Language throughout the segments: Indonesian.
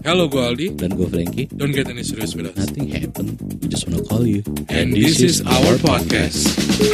Hello, gue Aldi. Dan gue Frankie. Don't get any serious with us. Nothing happened. We just wanna call you. And this is our podcast.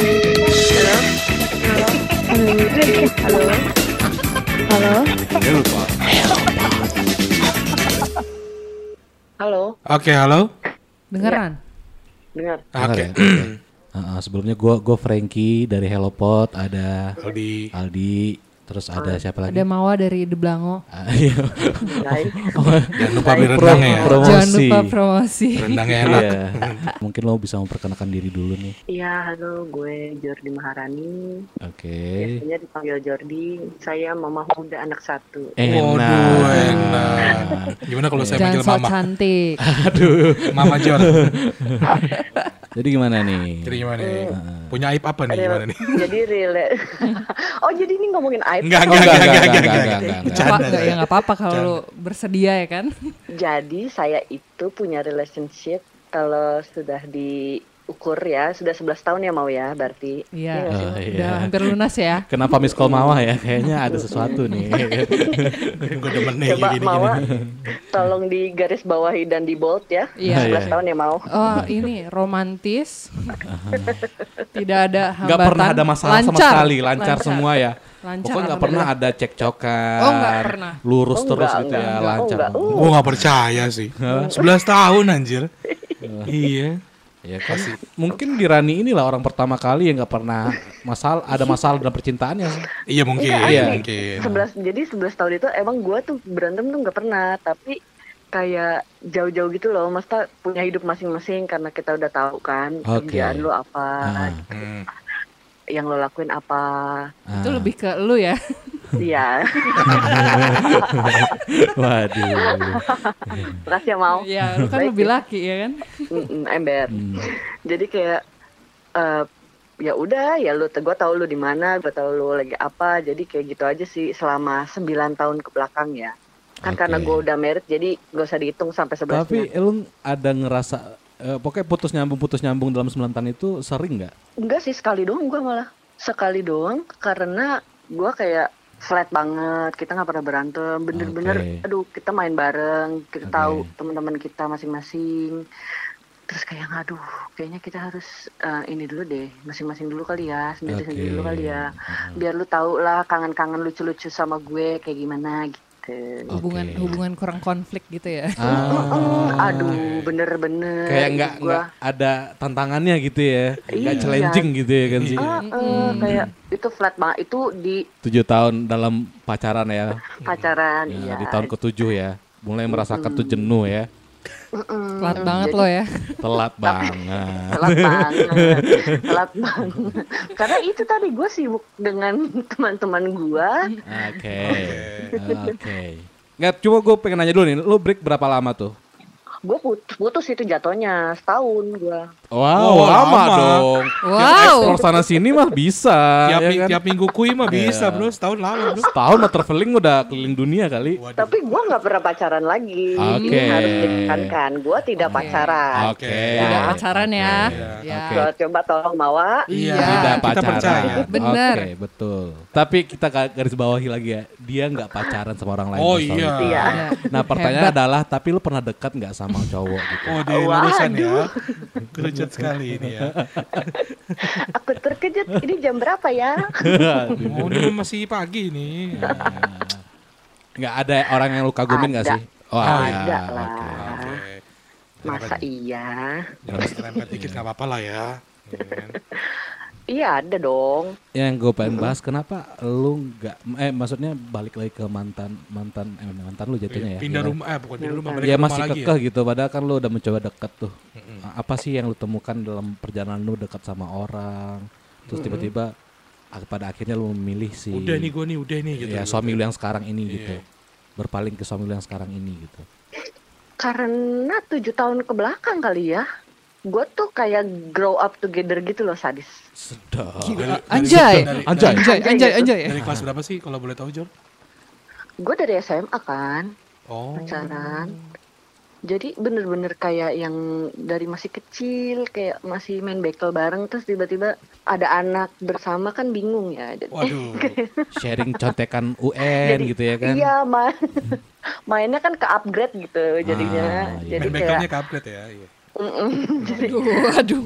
Halo. Oke, halo. Dengeran? Dengar. Oke. Sebelumnya gue Frankie dari Hellopod, ada Aldi. Terus ada siapa lagi? Ada Mawa dari Deblango. Iya. Guys. Jangan lupa beli rendangnya ya. Promosi. Jangan lupa promosi. Rendangnya enak. Iya. Mungkin lo bisa memperkenalkan diri dulu nih. Iya, halo, gue Jordi Maharani. Oke. Biasanya dipanggil Jordi. Saya mama muda anak satu. Waduh, enak. Gimana kalau saya Jangan panggil sok Mama? cantik. Aduh. Mama Jor. Jadi gimana nih? Jadi gimana nih? Punya aib apa nih? Gimana nih? Jadi oh, jadi ini ngomongin aib. Enggak. Ya nggak apa-apa kalau lu bersedia ya kan. Jadi saya itu punya relationship kalau sudah diukur ya, sudah 11 tahun ya mau ya berarti. Iya. nggak sih? Udah hampir lunas ya. Kenapa miss call Mawar ya? Kayaknya ada sesuatu nih. Gue demen nih Coba gini-gini. Mawa tolong di garis bawahi dan di bold ya. Iya. 11 tahun ya mau. Oh ini romantis. Tidak ada hambatan. Gak pernah ada masalah sama sekali, lancar semua ya. Lancar, Pokoknya gak pernah ada cekcokan. Oh, nggak pernah. Lurus Oh, terus nggak, gitu nggak, ya, nggak. lancar. Oh, nggak. Gue gak percaya sih. 11 tahun anjir. Iya. Ya kan, mungkin di Rani inilah orang pertama kali yang gak pernah ada masalah dalam percintaannya. Iya mungkin. Enggak, Iya. Mungkin. Jadi 11 tahun itu emang gue tuh berantem tuh nggak pernah, tapi kayak jauh-jauh gitu loh, maksudnya punya hidup masing-masing karena kita udah tahu kan Oke. kerjaan lo apa, Hmm. yang lo lakuin apa, Itu lebih ke lu ya. iya. Waduh. Makasih ya mau, Iya, lu kan lebih laki ya kan. ember. Jadi kayak ya udah ya gue tahu lu di mana, gue tahu lu lagi apa, jadi kayak gitu aja sih selama 9 tahun ke belakang ya. Kan Oke. karena gue udah married jadi gak usah dihitung sampai 11. Tapi lu ada ngerasa, pokoknya putus nyambung dalam 9 tahun itu sering gak? Enggak sih, sekali doang gue malah. Sekali doang karena gue kayak flat banget, kita nggak pernah berantem, bener-bener Oke. aduh kita main bareng, kita Oke. tahu teman-teman kita masing-masing. Terus kayak aduh kayaknya kita harus ini dulu deh, masing-masing dulu kali ya, sendiri-sendiri Oke. dulu kali ya. Biar lu tahu lah kangen-kangen lucu-lucu sama gue kayak gimana gitu. Hubungan kurang konflik gitu ya. Aduh bener-bener Kayak nggak ada tantangannya gitu ya, nggak Iya. challenging gitu ya kan sih. kayak itu flat banget, itu di 7 tahun dalam pacaran ya, pacaran ya, ya. di tahun ke-7 ya, mulai merasakan tuh jenuh ya, Pelat banget lo ya. telat banget. Telat banget. Karena itu tadi gue sibuk dengan teman-teman gue. Oke. Nggak, cuma gue pengen nanya dulu nih, lo break berapa lama tuh? Gue putus itu jatuhnya setahun gue. Wow, Oh, lama lama. dong. Wow. Yang ekspor sana sini mah bisa. Tiap minggu kui mah bisa bro. Setahun lama bro. Setahun mah traveling udah keliling dunia kali. Waduh. Tapi gue nggak pernah pacaran lagi. Oke. Ini harus ditekankan. Gue tidak pacaran. Oke. Tidak pacaran ya. Ya. Oke. Coba tolong Mawa. Iya. Tidak Kita pacaran. percaya. Bener. Oke, betul. Tapi kita garis bawahi lagi ya, dia nggak pacaran sama orang lain. Oh Mas Tony. iya. Iya. Nah pertanyaannya Hebat. adalah, tapi lu pernah dekat nggak sama cowok gitu? Oh di lulusan ya. Kerucut sekali ini ya. Aku terkejut. Ini jam berapa ya? Oh ini masih pagi nih. Nggak ada orang yang lu kagumin nggak Ada. sih? Oh Ada lah. Oke. Masa iya? Serempet dikit nggak apa-apa lah ya. Iya kan? Iya ada dong. Yang gue pengen bahas, kenapa lu nggak, maksudnya balik lagi ke mantan lu jatuhnya ya? Pindah Ya. rumah, bukan pindah rumah, balik Ya ke rumah masih lagi kekeh ya. gitu, padahal kan lu udah mencoba deket tuh. Apa sih yang lu temukan dalam perjalanan lu dekat sama orang, terus tiba-tiba pada akhirnya lu memilih si Udah nih gue nih, udah nih gitu. ya suami lu yang sekarang ini gitu, berpaling ke suami lu yang sekarang ini gitu. Karena 7 tahun ke belakang kali ya. Gue tuh kayak grow up together gitu loh, sadis. Sedap. Anjay. Anjay. Dari kelas berapa sih kalau boleh tahu Jor? Gue dari SMA kan, Oh. pacaran. Jadi bener-bener kayak yang dari masih kecil, kayak masih main bekel bareng, terus tiba-tiba ada anak bersama kan bingung ya. Waduh. Sharing contekan UN gitu ya kan. Iya, mainnya kan ke-upgrade gitu jadinya. Iya. Jadi Main bekelnya ke upgrade ya. Iya. Aduh.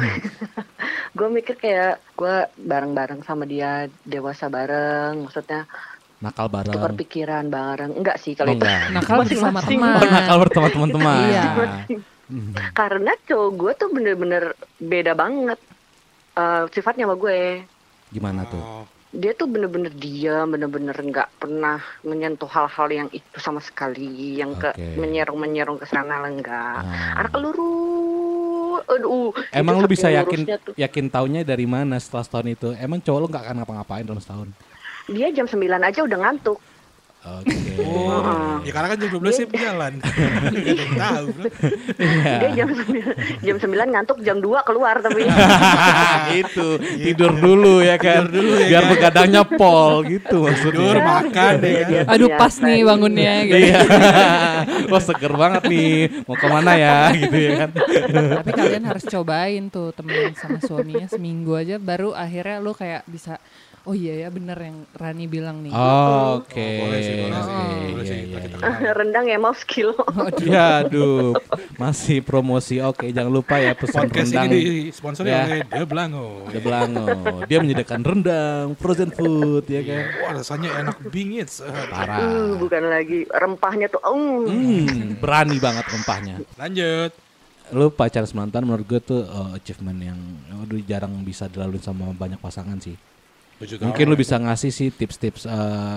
Gue mikir kayak gue bareng-bareng sama dia, dewasa bareng, maksudnya Nakal bareng. tukar pikiran bareng. Enggak sih kalau itu. enggak. Nakal bersama Masing-masing. teman. Oh, nakal bersama teman-teman. Iya. Karena cowok gue tuh bener-bener beda banget sifatnya sama gue. Gimana tuh? Oh, Dia tuh bener-bener diam, bener-bener nggak pernah menyentuh hal-hal yang itu sama sekali, yang Oke. menyerong ke sana lah enggak. Ah. Anak lurus, aduh. Emang itu lu bisa saking lurusnya tuh. yakin taunya dari mana setelah setahun itu? Emang cowok lu gak akan ngapa-ngapain dalam setahun? Dia jam 9 aja udah ngantuk. Oke. Oh, ya karena kan jam 12 sih berjalan. Gak ada yang tahu, bro. Dia jam 9 ngantuk, jam 2 keluar tapi. Itu tidur dulu ya kan. Biar begadangnya pol gitu Tidur, maksudnya. makan deh kan. Dia Aduh biasa pas nih ini. bangunnya gitu. Iya. Wah seger banget nih. Mau kemana ya gitu ya kan. Tapi kalian harus cobain tuh temenan sama suaminya seminggu aja baru akhirnya lu kayak bisa oh iya ya bener yang Rani bilang nih. Oke. Boleh sih, boleh sih. Iya, Boleh sih, iya, kita iya. kenal. Rendang ya mau sekilo. Ya aduh. Masih promosi. Oke, jangan lupa ya pesan Podcast rendang. ini disponsori Ya. oleh The Blango. The Blango. Dia menyediakan rendang, frozen food ya kan. Wah, rasanya enak bingit. Parah. Bukan lagi rempahnya tuh. Berani banget rempahnya. Lanjut. Lu pacaran 9 tahun menurut gue tuh achievement yang aduh, jarang bisa dilalui sama banyak pasangan sih. 7 tahun. Mungkin lu bisa ngasih sih tips-tips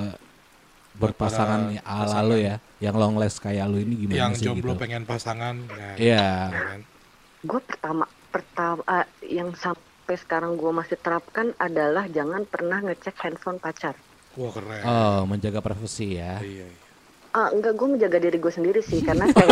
berpasangan Buat para ala pasangan. lu ya, yang long last kayak lu ini gimana Yang sih jomblo gitu. pengen pasangan. Ya, Iya. ya kan? Gue pertama yang sampai sekarang gue masih terapkan adalah jangan pernah ngecek handphone pacar. Wah, keren. Oh, menjaga privasi ya. Iya, iya. Enggak, gue menjaga diri gue sendiri sih karena kayak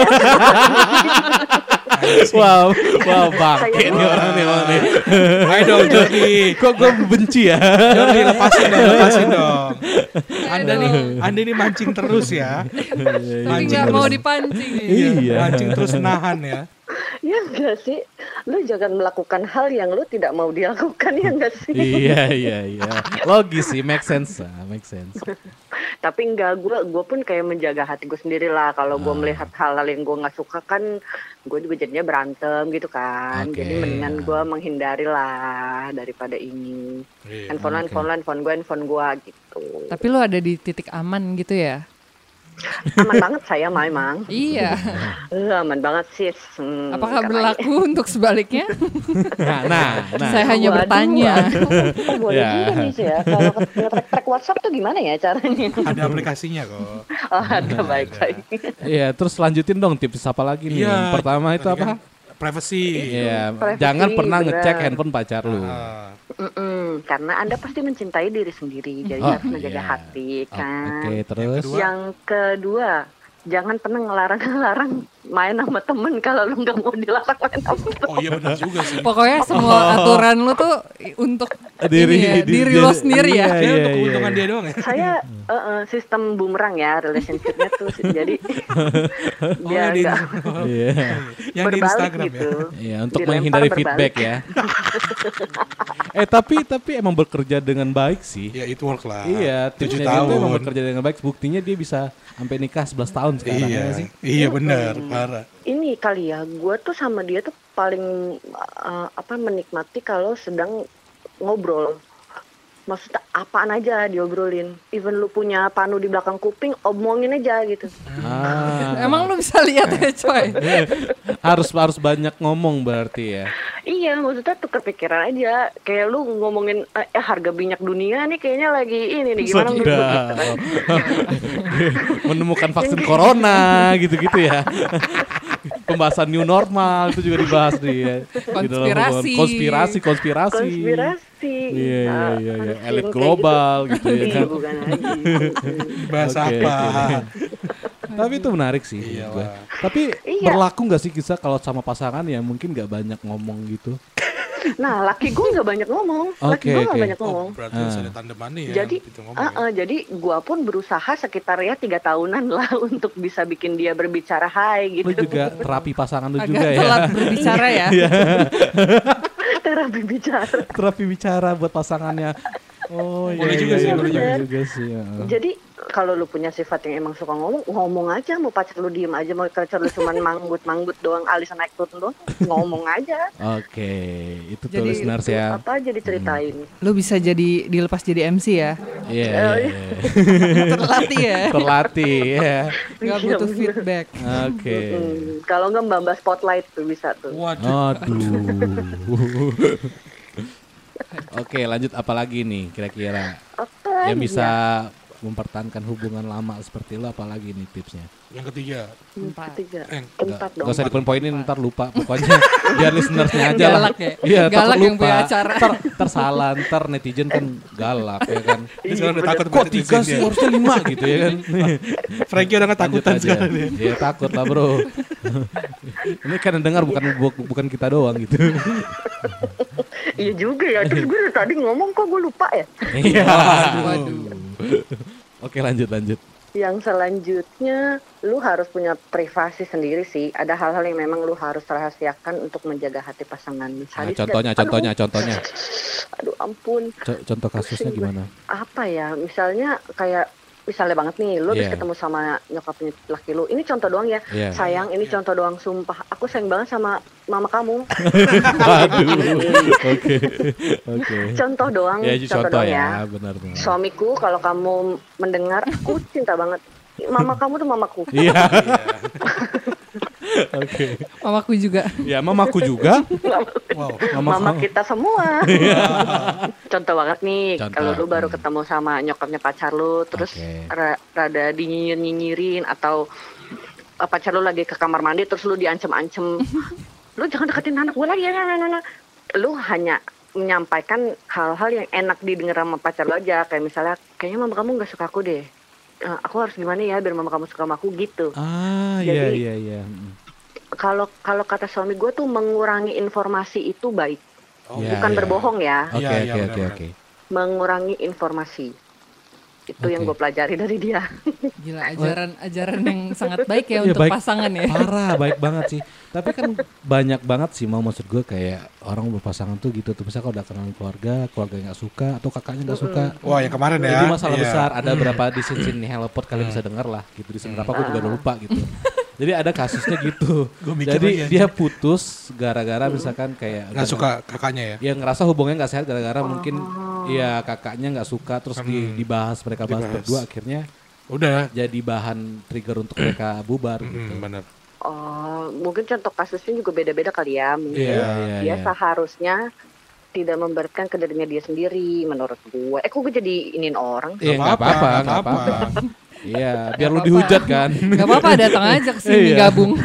Wow, bangke Kayak nih orang nih orang nih. Ayo dong, Jordi. Kok gue benci ya? Jordi, lepasin dong. Anda ini mancing terus ya. Tapi Mancing nggak mau terus. dipancing nih. Iya. Mancing terus nahan ya. ya enggak sih, lu jangan melakukan hal yang lu tidak mau dilakukan ya enggak sih. Iya. Logis sih, make sense. Tapi enggak, gue pun kayak menjaga hati gue sendiri lah. Kalau gue melihat hal-hal yang gue nggak suka kan, gue juga jadinya berantem gitu kan. Oke. Jadi mendingan gue menghindari lah daripada ini. Iya. Handphone gue gitu. Tapi lu ada di titik aman gitu ya? Aman banget saya memang. Iya. Aman banget sis. Apakah katanya. berlaku untuk sebaliknya? Nah. Saya hanya Waduh, bertanya. Oh, boleh Ya. juga nih sih ya. Kalau nge-track WhatsApp tuh gimana ya caranya? Ada aplikasinya kok. Oh, ada baik-baik. Iya, terus lanjutin dong tips apa lagi nih? Iya, Yang pertama itu tadi apa? kan privacy. Iya, Privacy, jangan pernah bener. ngecek handphone pacar lu. Ah, Karena Anda pasti mencintai diri sendiri, jadi Oh, harus menjaga iya. hati kan. Oke, terus kedua? Yang kedua, jangan pernah ngelarang-ngelarang main sama temen kalau lu nggak mau dilarang main sama temen. Oh iya benar juga sih. Pokoknya semua aturan lu tuh untuk diri lo sendiri ya. Dia untuk keuntungan dia doang ya. Saya sistem bumerang ya relationship-nya tuh, jadi Oh, dia di, nggak Iya. yang di berbalik Instagram gitu. ya. Iya, untuk Dilempar menghindari berbalik. feedback ya. tapi emang bekerja dengan baik sih. Ya it work lah. Iya, 7 tipsnya tahun. itu emang bekerja dengan baik. Buktinya dia bisa sampai nikah 11 tahun sekarang Iya, ya sih. iya benar, parah. Ini kali ya, gue tuh sama dia tuh paling menikmati kalau sedang ngobrol. Maksudnya apaan aja diobrolin. Even lu punya panu di belakang kuping, omongin aja gitu. Emang lu bisa lihat ya coy. harus banyak ngomong berarti ya. Iya, maksudnya tuker pikiran aja. Kayak lu ngomongin harga minyak dunia nih kayaknya lagi ini nih gimana menurut lu gitu kan. Menemukan vaksin corona gitu-gitu ya. Pembahasan new normal itu juga dibahas nih ya. Di dalam Konspirasi. konspirasi. Iya. Elit global gitu ya kan. Bukan lagi. Bahasa Oke, apa? oke. Tapi itu menarik sih menurut Iya gue. lah. Tapi Iya. berlaku nggak sih kisah kalau sama pasangan ya mungkin nggak banyak ngomong gitu. Nah, laki gue nggak banyak ngomong. Laki gue nggak banyak Oh, ngomong. berarti harus ada tanda money ya. Jadi, itu ngomong ya. jadi gue pun berusaha sekitar ya 3 tahunan lah untuk bisa bikin dia berbicara hai Lu gitu. juga terapi pasangan lu Agak juga ya. telat berbicara ya. Terapi bicara. Terapi bicara buat pasangannya. Oh iya, Boleh juga iya, sih, iya, boleh benar juga. juga sih. Ya. Jadi kalau lu punya sifat yang emang suka ngomong, ngomong aja. Mau pacar lu diem aja, mau pacar lu cuman manggut-manggut doang, alis naik turun doang, ngomong aja. Oke, itu tuh Jadi listeners ya. Apa aja diceritain. Lu bisa jadi dilepas jadi MC ya. Iya, iya. Terlatih ya. Terlatih ya. Gak Iya, butuh bener. feedback. Oke. Kalau nggak mbak spotlight tuh bisa tuh. Waduh. Aduh. Oke, lanjut apa lagi nih kira-kira Apa yang aja? bisa mempertahankan hubungan lama seperti lo, apalagi nih tipsnya? Yang ketiga. Empat. Ketiga. Gak Empat dong. usah dipoin-poinin ntar lupa pokoknya biar listenersnya aja lah. Galak ya? Iya, takut Galak yang lupa. punya acara. Ntar salah, ntar netizen kan galak ya kan. Dia sekarang udah takut Kok 3 sih harusnya 5 gitu ya kan. Frankie udah Lanjut ketakutan aja. sekarang dia. Iya takut lah bro. Ini kan yang dengar bukan kita doang gitu. Iya juga ya. Terus gue dari tadi ngomong kok gue lupa ya. Iya. Waduh. Oke lanjut. Yang selanjutnya, lu harus punya privasi sendiri sih. Ada hal-hal yang memang lu harus rahasiakan untuk menjaga hati pasangan. Nah, Misalnya, contohnya. Aduh ampun. Contoh kasusnya Pusing gue. gimana? Apa ya? Misalnya kayak misalnya banget nih, lu habis Iya. ketemu sama nyokapnya laki lu. Ini contoh doang ya. Iya. Sayang, ini contoh doang, sumpah. Aku sayang banget sama mama kamu. Oke. Contoh doang, Ya contoh contoh doang ya, ya. benar. Suamiku, kalau kamu mendengar, aku cinta banget. Mama kamu tuh mamaku. Iya. Oke. Mamaku juga. Ya mamaku juga. Wow. Mama kita semua. Contoh banget nih, Contoh. kalau lu baru ketemu sama nyokapnya pacar lu, terus Oke. rada dinyinyir-nyinyirin atau pacar lu lagi ke kamar mandi, terus lu diancem-ancem, lu jangan deketin anak gue lagi ya. Lu hanya menyampaikan hal-hal yang enak didengar sama pacar lu aja, kayak misalnya, kayaknya mama kamu nggak suka aku deh. Aku harus gimana ya biar mama kamu suka sama aku gitu. Ah Jadi- iya. Kalau kata suami gue tuh mengurangi informasi itu baik, Oh, Iya, bukan iya. berbohong ya. Oke Iya, iya, oke benar-benar. oke. Mengurangi informasi. Itu yang Oke. gue pelajari dari dia. Gila ajaran yang sangat baik ya Iya, untuk baik. pasangan ya. Parah, baik banget sih. Tapi kan banyak banget sih maksud gue kayak orang berpasangan tuh gitu tuh. Misalnya kalau udah kenal keluarga nggak suka atau kakaknya nggak suka. Wah, yang kemarin ya. Itu masalah Iya. besar. Ada berapa di sini Helopod kalian bisa dengar lah gitu. Di sini berapa gue juga udah lupa gitu. Jadi ada kasusnya gitu. Gua mikir Jadi lagi aja. dia putus gara-gara misalkan kayak Nggak suka kakaknya ya. ya ngerasa hubungannya nggak sehat gara-gara mungkin ya kakaknya nggak suka terus dibahas mereka bahas Dibahas. berdua akhirnya Udah. jadi bahan trigger untuk mereka bubar gitu. Benar. Oh, mungkin contoh kasusnya juga beda-beda kali ya. Mungkin Iya, dia iya. seharusnya tidak memberatkan ke dirinya dia sendiri menurut gue. Kok gue jadi iniin orang? Iya nggak apa-apa, nggak apa-apa. Iya, biar lu apa-apa. dihujat kan. Gak apa-apa datang aja ke sini Iya. gabung.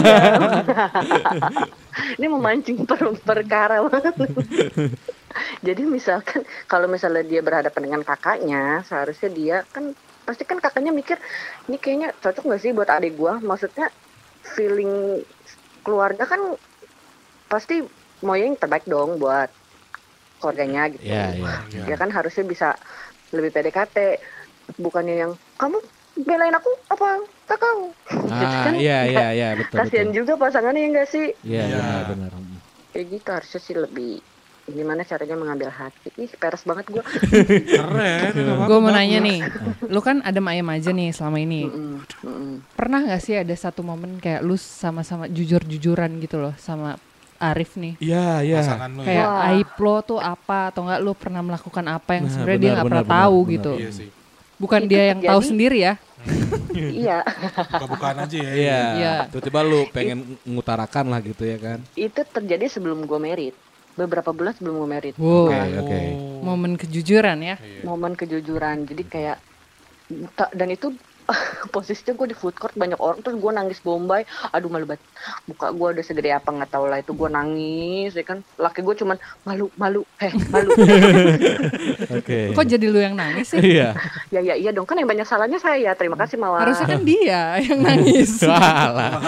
Ini memancing perkara banget. Jadi misalkan kalau misalnya dia berhadapan dengan kakaknya, seharusnya dia kan pasti kan kakaknya mikir ini kayaknya cocok nggak sih buat adik gua. Maksudnya feeling keluarga kan pasti mau yang terbaik dong buat keluarganya gitu. Iya, iya. Dia kan harusnya bisa lebih PDKT, bukannya yang kamu belain aku apa kakak. Ah, iya, betul. Kasian betul. juga pasangannya ya nggak sih? Iya, Iya. benar. Kayak gitu harusnya sih lebih gimana caranya mengambil hati. Ih, peres banget gue. Keren. Gue mau nanya nih, lu kan adem ayem aja nih selama ini. Pernah gak sih ada satu momen kayak lu sama-sama jujur-jujuran gitu loh sama Arif nih? Iya, iya. Pasangan lu ya. Kayak Wah. aib lo tuh apa atau enggak lu pernah melakukan apa yang Nah, sebenarnya dia benar, nggak pernah benar, tahu benar. gitu. Iya sih. Bukan Itu dia yang tahu terjadi- sendiri ya. Iya, Buka-bukaan aja ya. Iya. Iya. Tiba-tiba lu pengen ngutarakan lah gitu ya kan. itu terjadi sebelum gue merit. Beberapa bulan sebelum gue merit. Wow, Oke. momen kejujuran ya. Momen kejujuran. Jadi kayak dan itu posisinya gue di food court banyak orang terus gue nangis bombay, aduh malu banget, muka gue udah segede apa nggak tahu lah itu, gue nangis ya kan, laki gue cuman malu malu. Oke. Kok jadi lu yang nangis sih? Iya. Iya dong, kan yang banyak salahnya saya, terima kasih Mawar. Harusnya kan dia yang nangis. Salah.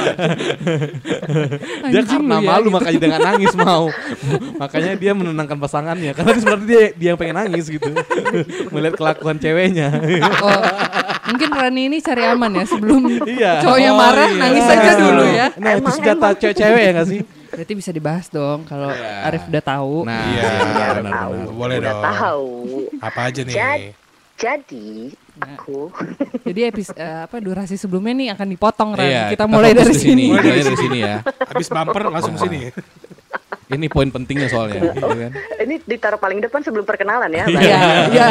Dia Anjing karena lu ya, malu gitu. makanya dia nggak nangis mau. Makanya dia menenangkan pasangannya. Karena sebenarnya dia yang pengen nangis gitu. Melihat kelakuan ceweknya. Oh, mungkin Rani ini cari aman ya sebelum Iya. cowoknya Oh, marah, iya. nangis aja dulu ya. Nah itu senjata cewek-cewek ya nggak sih? Berarti bisa dibahas dong kalau Iya. Arif udah tahu. Nah, Iya, benar-benar. boleh Udah dong. tahu. Apa aja nih? Jadi Nah. aku Jadi durasi sebelumnya nih akan dipotong Ran. Iya, Kita mulai dari fokus di sini. Mulai dari sini ya. Habis bumper langsung sini. Ini poin pentingnya soalnya. Gitu kan? ini ditaruh paling depan sebelum perkenalan ya. Bang. Iya, iya.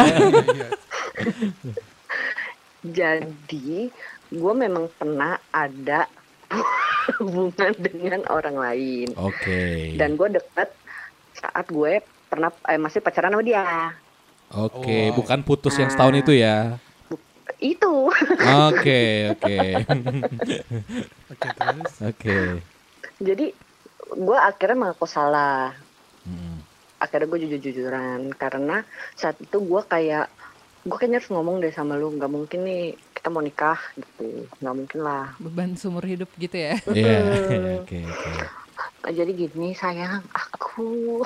Jadi gue memang pernah ada hubungan dengan orang lain. Oke. Dan gue deket saat gue pernah masih pacaran sama dia. Oke, Oh, wow. bukan putus yang setahun itu ya. Itu. Oke. Oke, terus. Oke. Jadi gue akhirnya mengaku salah. Hmm. Akhirnya gue jujur-jujuran karena saat itu gue kayaknya harus ngomong deh sama lu, nggak mungkin nih kita mau nikah gitu, nggak mungkin lah. Beban seumur hidup gitu ya. Iya, oke. Jadi gini sayang, aku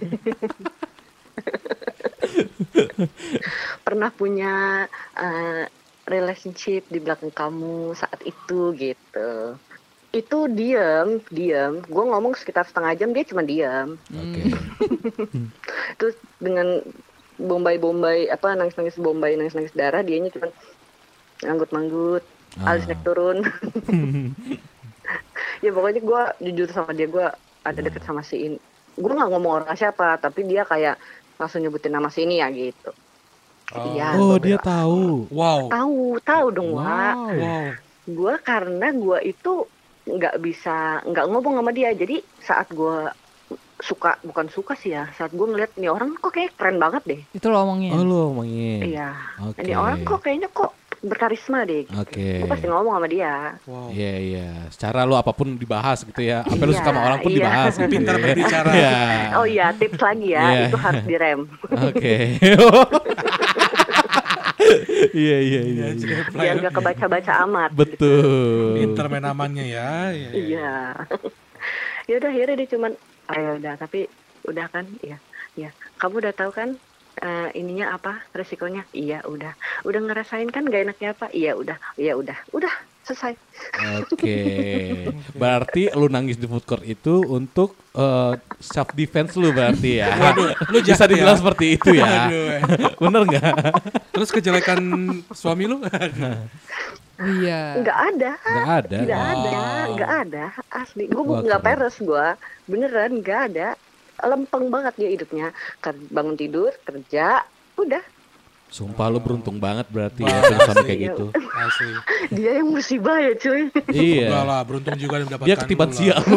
pernah punya relationship di belakang kamu saat itu gitu. Itu diam, gue ngomong sekitar setengah jam, dia cuma diam. Oke. Terus dengan bombay nangis-nangis bombay, nangis-nangis darah, dianya cuma nganggut-manggut, alis naik turun. Ya pokoknya gue jujur sama dia, gue ada deket sama si ini. Gue nggak ngomong orang siapa, tapi dia kayak langsung nyebutin nama si ini ya gitu. Iya. Oh, dia tahu. Wow. Tahu dong, Wak. Wow. Gue karena gue itu nggak ngomong sama dia, jadi saat gue bukan suka sih ya, saat gue ngeliat nih orang kok kayak keren banget deh. Itu lo omongin. Oh, lu ngomongin. Iya. Oke. Ini orang kok kayaknya berkarisma deh. Gitu. Oke. Gue pasti ngomong sama dia. Wow. Iya. Secara lu apapun dibahas gitu ya. Apa lu Iya, suka sama orang pun iya. dibahas gitu. Pintar ya. berbicara. Iya. Oh iya, tips lagi ya, Iya. itu harus direm. Oke. Iya. Biar gak kebaca-baca amat. Betul. Pintar main amannya ya. Iya. Ya udah akhirnya dia cuman, ayo udah, tapi udah kan, iya. Kamu udah tahu kan ininya apa, resikonya? Iya udah ngerasain kan gak enaknya apa? Iya udah selesai. Oke. Berarti lu nangis di food court itu untuk self defense lu berarti ya. Waduh, lu bisa jahat dibilang ya. seperti itu ya. Aduh. Bener nggak? Terus kejelekan suami lu? Oh iya. Nggak ada. Nggak ada. Asli, gue Wah, nggak keren. peres gue, beneran nggak ada. Lempeng banget dia hidupnya. Bangun tidur, kerja, udah. Sumpah lu beruntung banget berarti ya Wah, punya suami asli. kayak gitu. Asli. Dia yang musibah ya cuy. Enggak Iya. lah, beruntung juga mendapatkan. Dia ketiban lu lah. sial.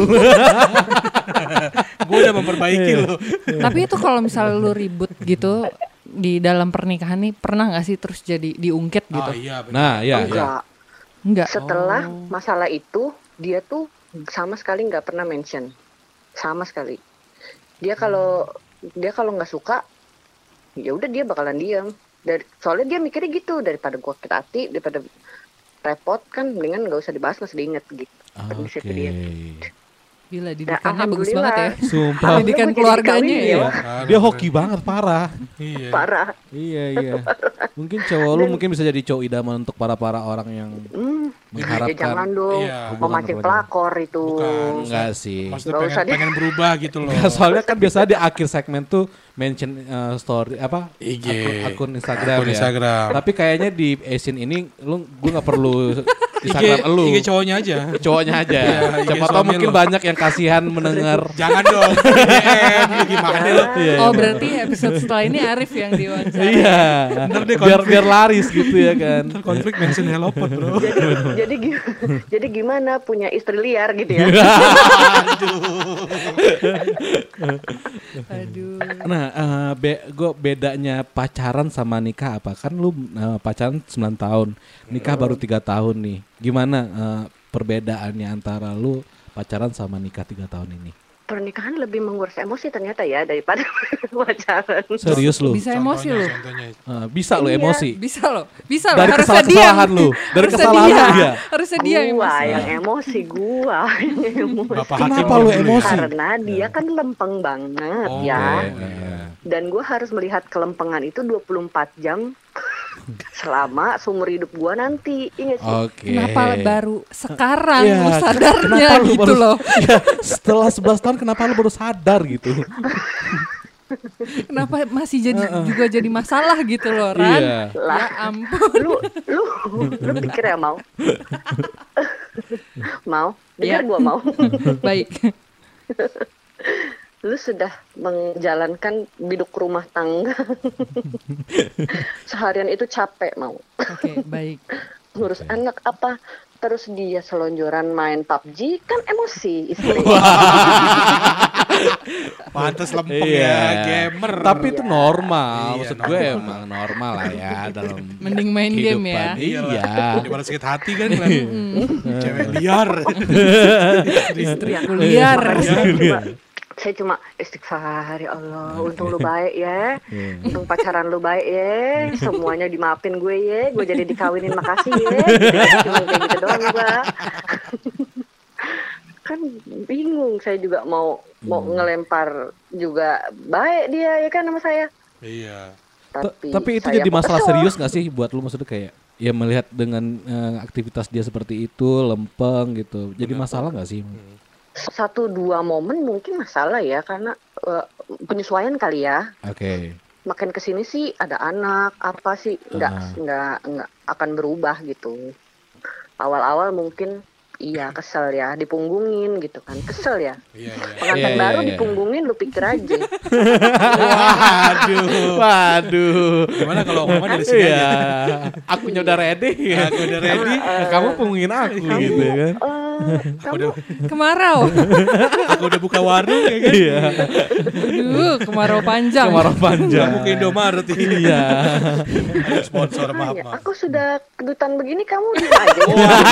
Gue udah memperbaiki lo. Tapi itu kalau misalnya lu ribut gitu di dalam pernikahan nih, pernah nggak sih terus jadi diungkit gitu? Oh iya benar. Nah, iya. Enggak. Enggak. Setelah masalah itu, dia tuh sama sekali nggak pernah mention, sama sekali. Dia kalau nggak suka, ya udah dia bakalan diam. Soalnya dia mikirnya gitu, daripada gua sakit hati, daripada repot kan, mendingan nggak usah dibahas, nggak usah diinget gitu. Prinsip Oke. dia. Gila, Nah, didikannya bagus banget ya. Sumpah. Alhamdulillah Pendidikan gua jadi keluarganya dikawin, ya. ya. Dia hoki banget parah. Iya. Parah. Iya. Mungkin cowok lu mungkin bisa jadi cowok idaman untuk para orang yang Ya mengharapkan. jangan dong, Iya. memancing pelakor itu. Bukan. Enggak sih. Maksudnya Nggak usah pengen berubah gitu loh. Enggak, soalnya kan biasanya di akhir segmen tuh mention story apa IG. akun Instagram Akun ya. Instagram. Tapi kayaknya di Asian ini gue nggak perlu Instagram elu. IG cowoknya aja. Cowoknya aja. Iya, IG Siapa tahu suami mungkin lo. banyak yang kasihan mendengar. Jangan dong. DM gimana lo? Iya, Oh iya. berarti episode setelah ini Arif yang diwawancara. Iya. Ntar deh Biar laris gitu ya kan. Konflik mention Helopod bro. Jadi gimana punya istri liar gitu ya? Aduh. Nah, gue bedanya pacaran sama nikah apa? Kan lu pacaran 9 tahun, nikah baru 3 tahun nih. Gimana perbedaannya antara lu pacaran sama nikah 3 tahun ini? Pernikahan lebih menguras emosi ternyata ya daripada pacaran. Serius lu? Bisa emosi lu. Contohnya. Bisa lu Iya. emosi? Bisa loh. Dari Harusnya kesalahan lu. Dari Harusnya kesalahan dia. lu ya. Harusnya dia yang Gua emosi. yang emosi, gua yang emosi. Bapak Kenapa Hakim lu dulu ya. emosi? Karena dia kan lempeng banget Oh, ya. Oke. Dan gue harus melihat kelempengan itu 24 jam selama seumur hidup gue nanti. Ingat sih. Oke. Kenapa baru sekarang Iya, lu sadarnya kenapa lu gitu baru- loh. Iya, setelah 11 tahun kenapa lu baru sadar gitu? Kenapa masih jadi masalah gitu loh, Ran? Iya. Ya ampun. Lu pikir ya mau? Mau? Iya. Dengar gue mau. Baik. Lu sudah menjalankan biduk rumah tangga. Seharian itu capek mau. Oke, baik. Ngurus anak apa? Terus dia selonjoran main PUBG kan emosi istri. Pantes lempeng Iya. ya, gamer. Tapi itu normal, Iya, maksud gue emang normal lah ya dalam Mending main game ya. kehidupan. Iya. Daripada sakit hati kan. Cewek liar. Istri aku liar. Saya cuma istighfar ya Allah, untung lu baik ya, untung pacaran lu baik ya, semuanya dimaafin gue ya, gue jadi dikawinin makasih ya, cuma kayak gitu doang gue. Kan bingung, saya juga mau ngelempar juga baik dia ya kan sama saya. Iya. Tapi itu saya jadi masalah kesel. serius gak sih buat lu, maksudnya kayak ya melihat dengan aktivitas dia seperti itu, lempeng gitu. Jadi masalah gak sih? 1-2 momen mungkin masalah ya, karena penyesuaian kali ya. Oke. Makin kesini sih ada anak apa sih nggak akan berubah gitu. Awal-awal mungkin iya kesel ya, dipunggungin gitu kan, kesel ya. Iya. Pengantin Iya, baru iya. dipunggungin, lu pikir aja. Waduh. Gimana kalau ngomong dari sini Iya. aja? Akunya udah ready. Aku udah ready. Kamu punggungin aku gitu ya kan. Kamu Kemarau. Aku udah buka warung ya kan. Iya. Aduh, kemarau panjang. Kemarau panjang. Aku ke Indomaret ini. Iya. Ada sponsor maaf. tanya, aku sudah kedutan begini kamu di aja.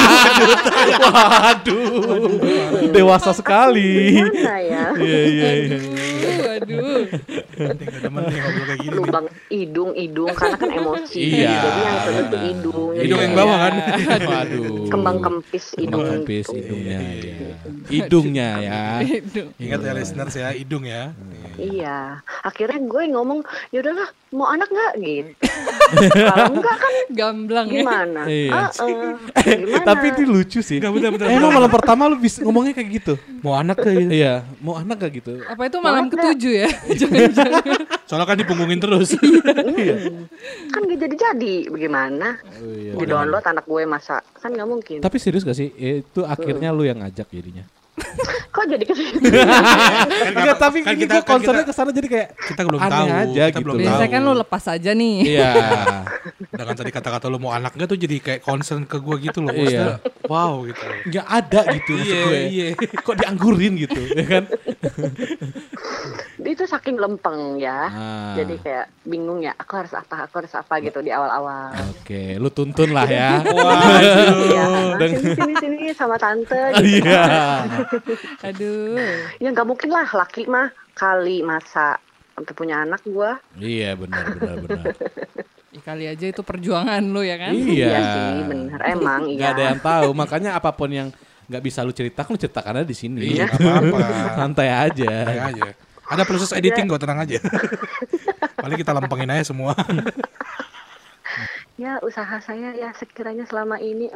Waduh. Dewasa sekali. Gimana ya? Iya. Aduh. Tinggal demen nih ngobrol kayak gini. Lubang hidung karena kan emosi. Iya, Jadi yang kedua tuh benar. hidung. Hidung yang Jadi bawah kan. Waduh. kembang kempis hidung. Kempis gitu. hidungnya ya. Hidungnya ya. Aduh. Ingat ya listeners ya, hidung ya. Iya, akhirnya gue ngomong, ya udahlah, mau anak nggak gitu. Kalau enggak kan Gamblang ya. gimana? Iya. Gimana? Tapi itu lucu sih. Enggak, bener. Emang malam pertama lu bisa ngomongnya kayak gitu? Mau anak ke gitu. Iya, mau anak gak gitu? Apa itu malam Maaf, ketujuh ya? Jangan-jangan. Soalnya kan dipunggungin terus. kan gak jadi-jadi, bagaimana? Oh, iya. Di download anak gue masa kan nggak mungkin. Tapi serius gak sih? Itu akhirnya lu yang ngajak jadinya. Kok jadi kesini? Enggak, tapi kan ini kita- gue kan concernnya kita- kesana jadi kayak Kita belum aneh tahu. aja Kita gitu. belum tahu. Biasanya kan lu lepas aja nih. Iya. Dengan tadi kata-kata lu mau anak nggak tuh jadi kayak concern ke gue gitu loh. Iya. Maksudnya, wow gitu. Nggak ada gitu maksud Iya, gue. iya. Kok dianggurin gitu, ya kan? Itu saking lempeng ya. Ah. Jadi kayak bingung ya, aku harus apa gitu di awal-awal. Oke, lu tuntun lah ya. Iya, Dan- sini sama tante. Gitu. Iya. Aduh. Ya nggak mungkin lah, laki mah kali masa sampai punya anak gua. Iya, benar. Ya, kali aja itu perjuangan lu ya kan? Iya. sih, bener. Emang Nggak iya. ada yang tahu, makanya apapun yang nggak bisa lu ceritakan, lu ceritakan aja di sini. Iya, nggak apa-apa. Santai aja. Santai aja. Ada proses editing gue, tenang aja. Paling kita lempengin aja semua. Ya usaha saya ya sekiranya selama ini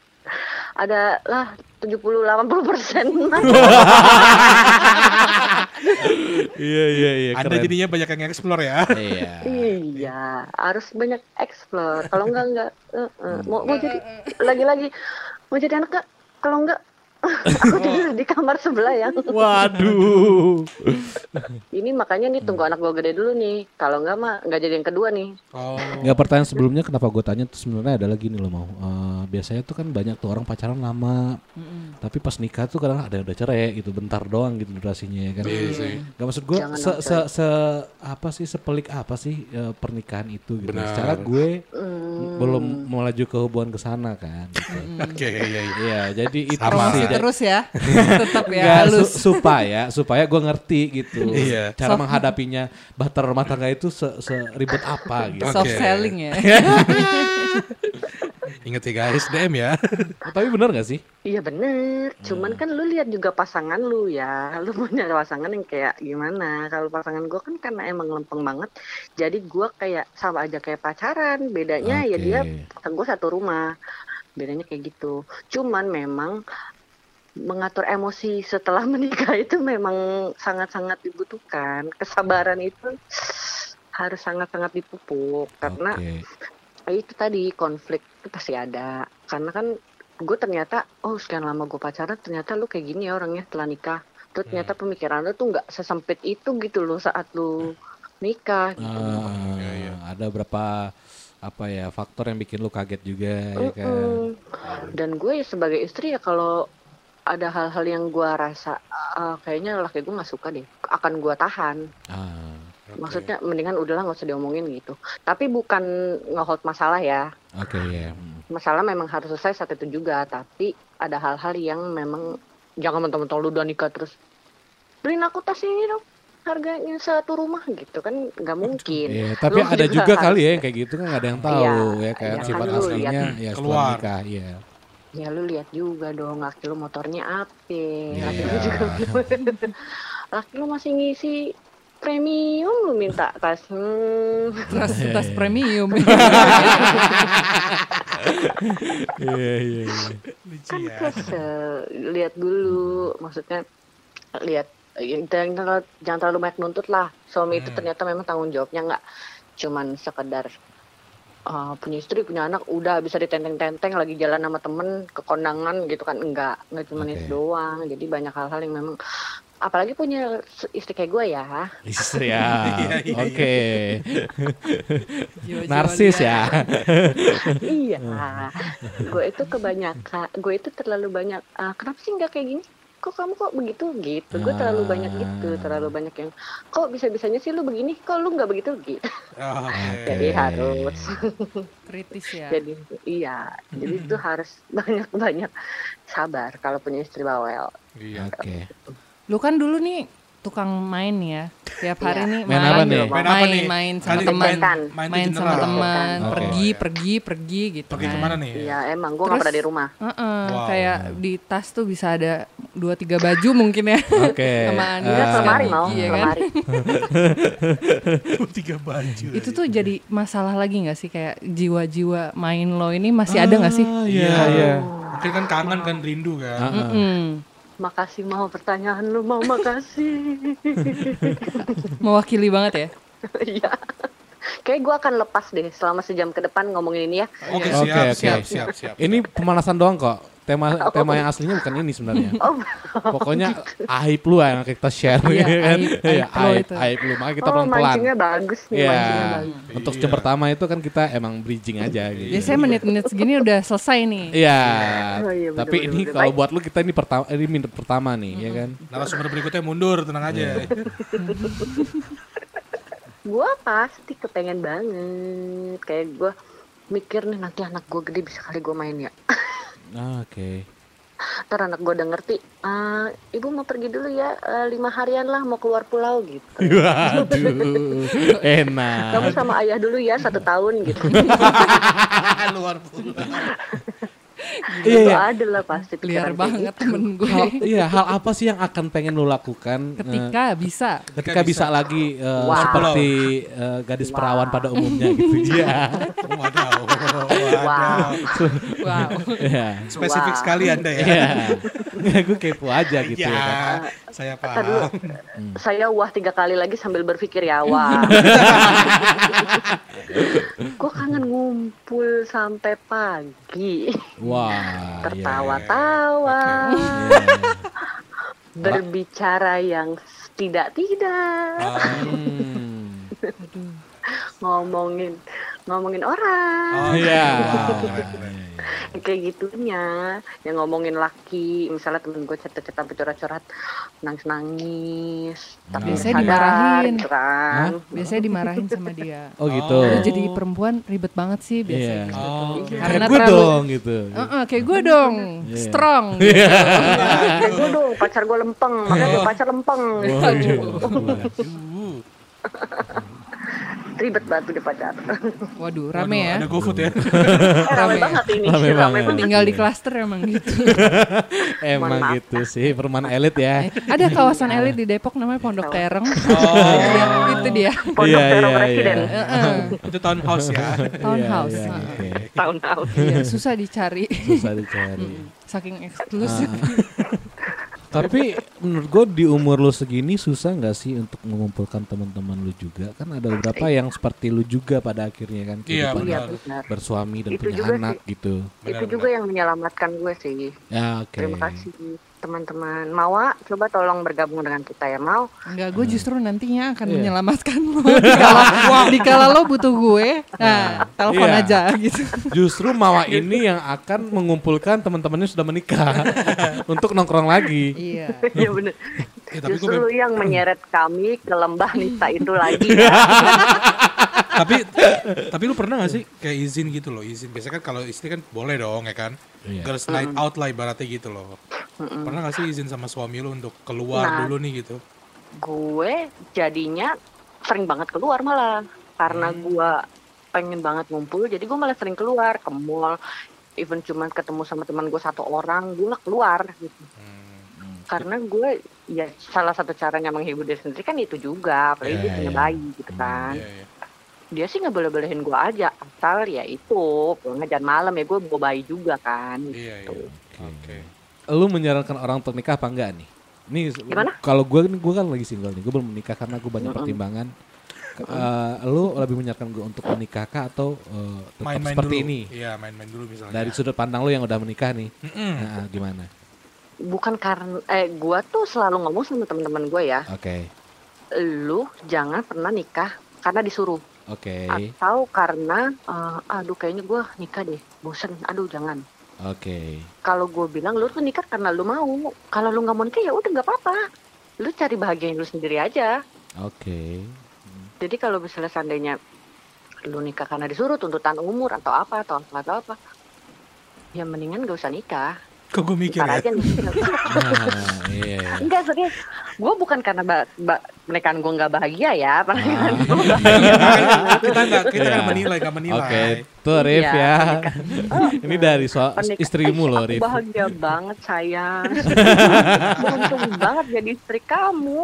ada lah 70-80%. Iya. Anda keren. jadinya banyak yang explore ya. Iya. Iya, harus banyak explore. Kalau enggak. Mau jadi lagi-lagi mau jadi anak enggak? Kalau enggak aku tidur di kamar sebelah ya. Waduh. Ini makanya nih tunggu anak gue gede dulu nih. Kalau enggak mah enggak jadi yang kedua nih. Oh. Nggak, pertanyaan sebelumnya kenapa gue tanya tuh sebenarnya adalah gini loh mau. Biasanya tuh kan banyak tuh orang pacaran lama, tapi pas nikah tuh kadang ada yang udah cerai gitu, bentar doang gitu durasinya ya kan. Iya sih. Gak maksud gue Jangan apa sih sepelik apa sih pernikahan itu gitu. Benar. Secara gue belum melaju ke hubungan ke sana kan. Gitu. Oke, iya. Iya, jadi itu Sama. sih. Terus ya. Tetap ya Nggak, halus. supaya gue ngerti gitu. Iya. Cara menghadapinya bahtera rumah tangga itu seribet apa gitu. Oke. Soft selling ya. Ingat ya guys, DM ya. Tapi benar gak sih? Iya bener, cuman kan lu lihat juga pasangan lu ya. Lu punya pasangan yang kayak gimana. Kalau pasangan gue kan karena emang lempeng banget, jadi gue kayak sama aja kayak pacaran. Bedanya ya Oke. dia gue satu rumah. Bedanya kayak gitu. Cuman memang mengatur emosi setelah menikah itu memang sangat-sangat dibutuhkan. Kesabaran itu harus sangat-sangat dipupuk karena itu tadi konflik itu pasti ada. Karena kan gue ternyata sekian lama gue pacaran ternyata lu kayak gini ya orangnya setelah nikah. Terus ternyata pemikiran lu tuh nggak sesempit itu gitu loh saat lu nikah. Gitu. Ada berapa faktor yang bikin lu kaget juga ya kan. Dan gue sebagai istri ya kalau ada hal-hal yang gue rasa kayaknya laki gue nggak suka deh, akan gue tahan. Maksudnya mendingan udahlah nggak usah diomongin gitu. Tapi bukan nge-hold masalah ya. Masalah memang harus selesai saat itu juga. Tapi ada hal-hal yang memang jangan mentang-mentang lu udah nikah terus beliin aku tas ini dong, harganya satu rumah gitu kan nggak mungkin. Iya, tapi Lu ada juga harus- kali ya yang kayak gitu kan nggak ada yang tahu ya kan iya, sifat kan lu aslinya lihat ya setelah keluar. nikah. Iya. Ya lu lihat juga dong laki lu motornya apa. Laki lu Iya. juga laki lu masih ngisi premium lu minta tas. Tas premium. Iya. Lucu Kan ya. kesel. Lihat dulu, maksudnya lihat jangan terlalu banyak nuntut lah. Suami itu ternyata memang tanggung jawabnya nggak cuman sekedar punya istri, punya anak, udah bisa ditenteng-tenteng lagi jalan sama temen ke kondangan gitu kan, enggak cuma itu doang. Jadi banyak hal-hal yang memang apalagi punya istri kayak gue ya. Istri ya. Iya. Oke. Jiwa-jiwa Narsis dia. ya. Iya, gue itu kebanyakan, gue itu terlalu banyak. Kenapa sih nggak kayak gini? Kok kamu kok begitu gitu? Gue terlalu banyak gitu, terlalu banyak yang. Kok bisa-bisanya sih lu begini? Kok lu nggak begitu gitu? Jadi harus. Kritis ya. Jadi iya, jadi itu harus banyak-banyak sabar kalau punya istri bawel. Iya. Oke. Lu kan dulu nih tukang main ya. Tiap hari nih Main apa nih? Main apa nih? Main sama Kali teman. main tuh Sama general. teman, Oke. pergi gitu Pergi kan. kemana nih? Iya, emang gue nggak Terus- pernah di rumah. Wow. Kayak di tas tuh bisa ada 2-3 baju mungkin ya. Oke. Sama Anies Iya, sama lemari Gigi, mau, ya kan? lemari. 3 baju. Itu tuh jadi masalah lagi nggak sih kayak jiwa-jiwa main lo ini masih ada nggak sih? Iya. Mungkin kan kangen kan, rindu kan. Mm-mm. Makasih mau pertanyaan lu mau makasih. Mewakili banget ya. Iya. Kayak gue akan lepas deh selama sejam ke depan ngomongin ini ya. Oke, Oke, siap. Ini pemanasan doang kok. Tema yang aslinya bukan ini sebenarnya. Oh, Pokoknya aib lu yang kita share Iya, kan. aib lo itu. Aib lu. Makanya kita oh pelan-pelan. mancingnya bagus nih, Iya. mancingnya bagus. Untuk jam pertama itu kan kita emang bridging aja gitu. Biasanya menit-menit segini udah selesai nih. Iya. Oh, iya, Tapi bener-bener. ini kalau Baik. buat lu kita ini minute pertama nih, ya kan? Narasumber berikutnya mundur, tenang aja. Gue pasti kepengen banget. Kayak gue mikir nih nanti anak gue gede bisa kali gue main ya. Oke. Ntar anak gue udah ngerti, ibu mau pergi dulu ya 5 harian lah mau keluar pulau gitu. Waduh. Enak. Kamu sama ayah dulu ya 1 tahun gitu. Luar pulau. Itu ada lah pasti Liar pikiran kayak banget gitu. temen gue. Hal apa sih yang akan pengen lu lakukan Ketika bisa. ketika bisa lagi Wow. seperti gadis perawan pada umumnya gitu. Iya. Waduh. Waduh. Wow. Iya. Spesifik Wah. sekali Anda ya. Iya. Gue kepo aja gitu ya kan. Ya, saya Ntar dulu, paham. saya wah 3 kali lagi sambil berpikir ya wah. Gue kangen ngumpul sampai pagi, Wah. Iya. tertawa-tawa, Iya. berbicara yang tidak-tidak, Hmm. ngomongin orang. Oh Iya. wow, keren. Kayak gitunya, yang ngomongin laki, misalnya temen gue cerita-cerita sampai curhat-curhat, nangis-nangis, tapi Biasanya sadar, dimarahin. gitu kan. Biasanya dimarahin sama dia. Oh gitu. Lu jadi perempuan ribet banget sih biasanya Iya. gitu. Oh, Iya. Kayak Karena gue terlalu dong gitu. Kayak gue dong, Iya. strong. Kayak gue dong, pacar gue lempeng, makanya gue pacar lempeng. Waduh. Ribet banget tuh di pacar. Waduh, rame ya. Ada GoFood ya. Rame banget ini, Rame rame banget. banget. Tinggal di klaster emang gitu. Emang Mohon maaf. gitu sih, perumahan elit ya. Ada kawasan elit di Depok namanya Pondok Tereng. Oh. Itu dia. Pondok Iya, Terong iya, Presiden, Heeh. Itu townhouse ya. Townhouse. Iya, iya, Heeh. oke. tahun-tahun. Iya, susah dicari. Susah dicari. Saking eksklusif. Tapi menurut gue di umur lu segini susah nggak sih untuk mengumpulkan teman-teman lu juga? Kan ada beberapa yang seperti lu juga pada akhirnya kan Iya, kehidupan Iya benar. benar. bersuami dan Itu punya juga anak gitu. Itu juga yang menyelamatkan gue sih. Ya oke. Terima kasih teman-teman. Mawa, coba tolong bergabung dengan kita ya, Mau. Enggak, gue justru nantinya akan Iya. menyelamatkan lo. Dikala lo butuh gue, nah telepon Iya. aja gitu. Justru Mawa ini yang akan mengumpulkan teman-temannya sudah menikah untuk nongkrong lagi. Iya. Iya benar. Ya, tapi Justru yang menyeret kami ke lembah nista itu lagi ya. tapi lu pernah gak sih kayak izin gitu loh, izin. Biasanya kan kalau istri kan boleh dong ya kan. Iya. Girls night out lah ibaratnya gitu loh. Pernah gak sih izin sama suami lu untuk keluar Nah. dulu nih gitu? Gue jadinya sering banget keluar malah. Karena gue pengen banget ngumpul, jadi gue malah sering keluar ke mall. Even cuma ketemu sama teman gue 1 orang, gue keluar gitu. Karena gue ya salah satu caranya menghibur diri sendiri kan itu juga, apalagi dia Iya, punya iya. bayi gitu kan. Iya, iya. Dia sih nggak boleh-bolehin gue aja, asal ya itu pulangnya jangan malam ya, gue bawa bayi juga kan. Iya, gitu. iya. Oke. Lu menyarankan orang untuk nikah apa enggak nih? Nih Gimana? kalau gue kan lagi single nih, gue belum menikah karena gue banyak pertimbangan. Lu lebih menyarankan gue untuk menikah kah atau tetap Main-main seperti dulu. ini? Iya, main-main dulu misalnya. Dari sudut pandang lu yang udah menikah nih, Mm-mm. nah, gimana? Bukan karena gue tuh selalu ngomong sama teman-teman gue ya, Oke, lu jangan pernah nikah karena disuruh oke, atau karena aduh kayaknya gue nikah deh, bosen, aduh jangan. oke. Kalau gue bilang lu tuh nikah karena lu mau, kalau lu nggak mau nikah ya udah nggak apa-apa, lu cari bahagiain lu sendiri aja. Oke. Jadi kalau misalnya seandainya lu nikah karena disuruh, tuntutan umur atau apa, ya mendingan gak usah nikah. Kok gue mikir Ntar ya? aja nih. Nah, iya. Enggak, serius. Gue bukan karena pernikahan gue nggak bahagia ya. Pernikahan gue kita nggak Iya. menilai. Oke, tuh Rif Iya, ya. Ini dari istrimu loh, Aku Rif. bahagia banget sayang. Beruntung banget jadi istri kamu.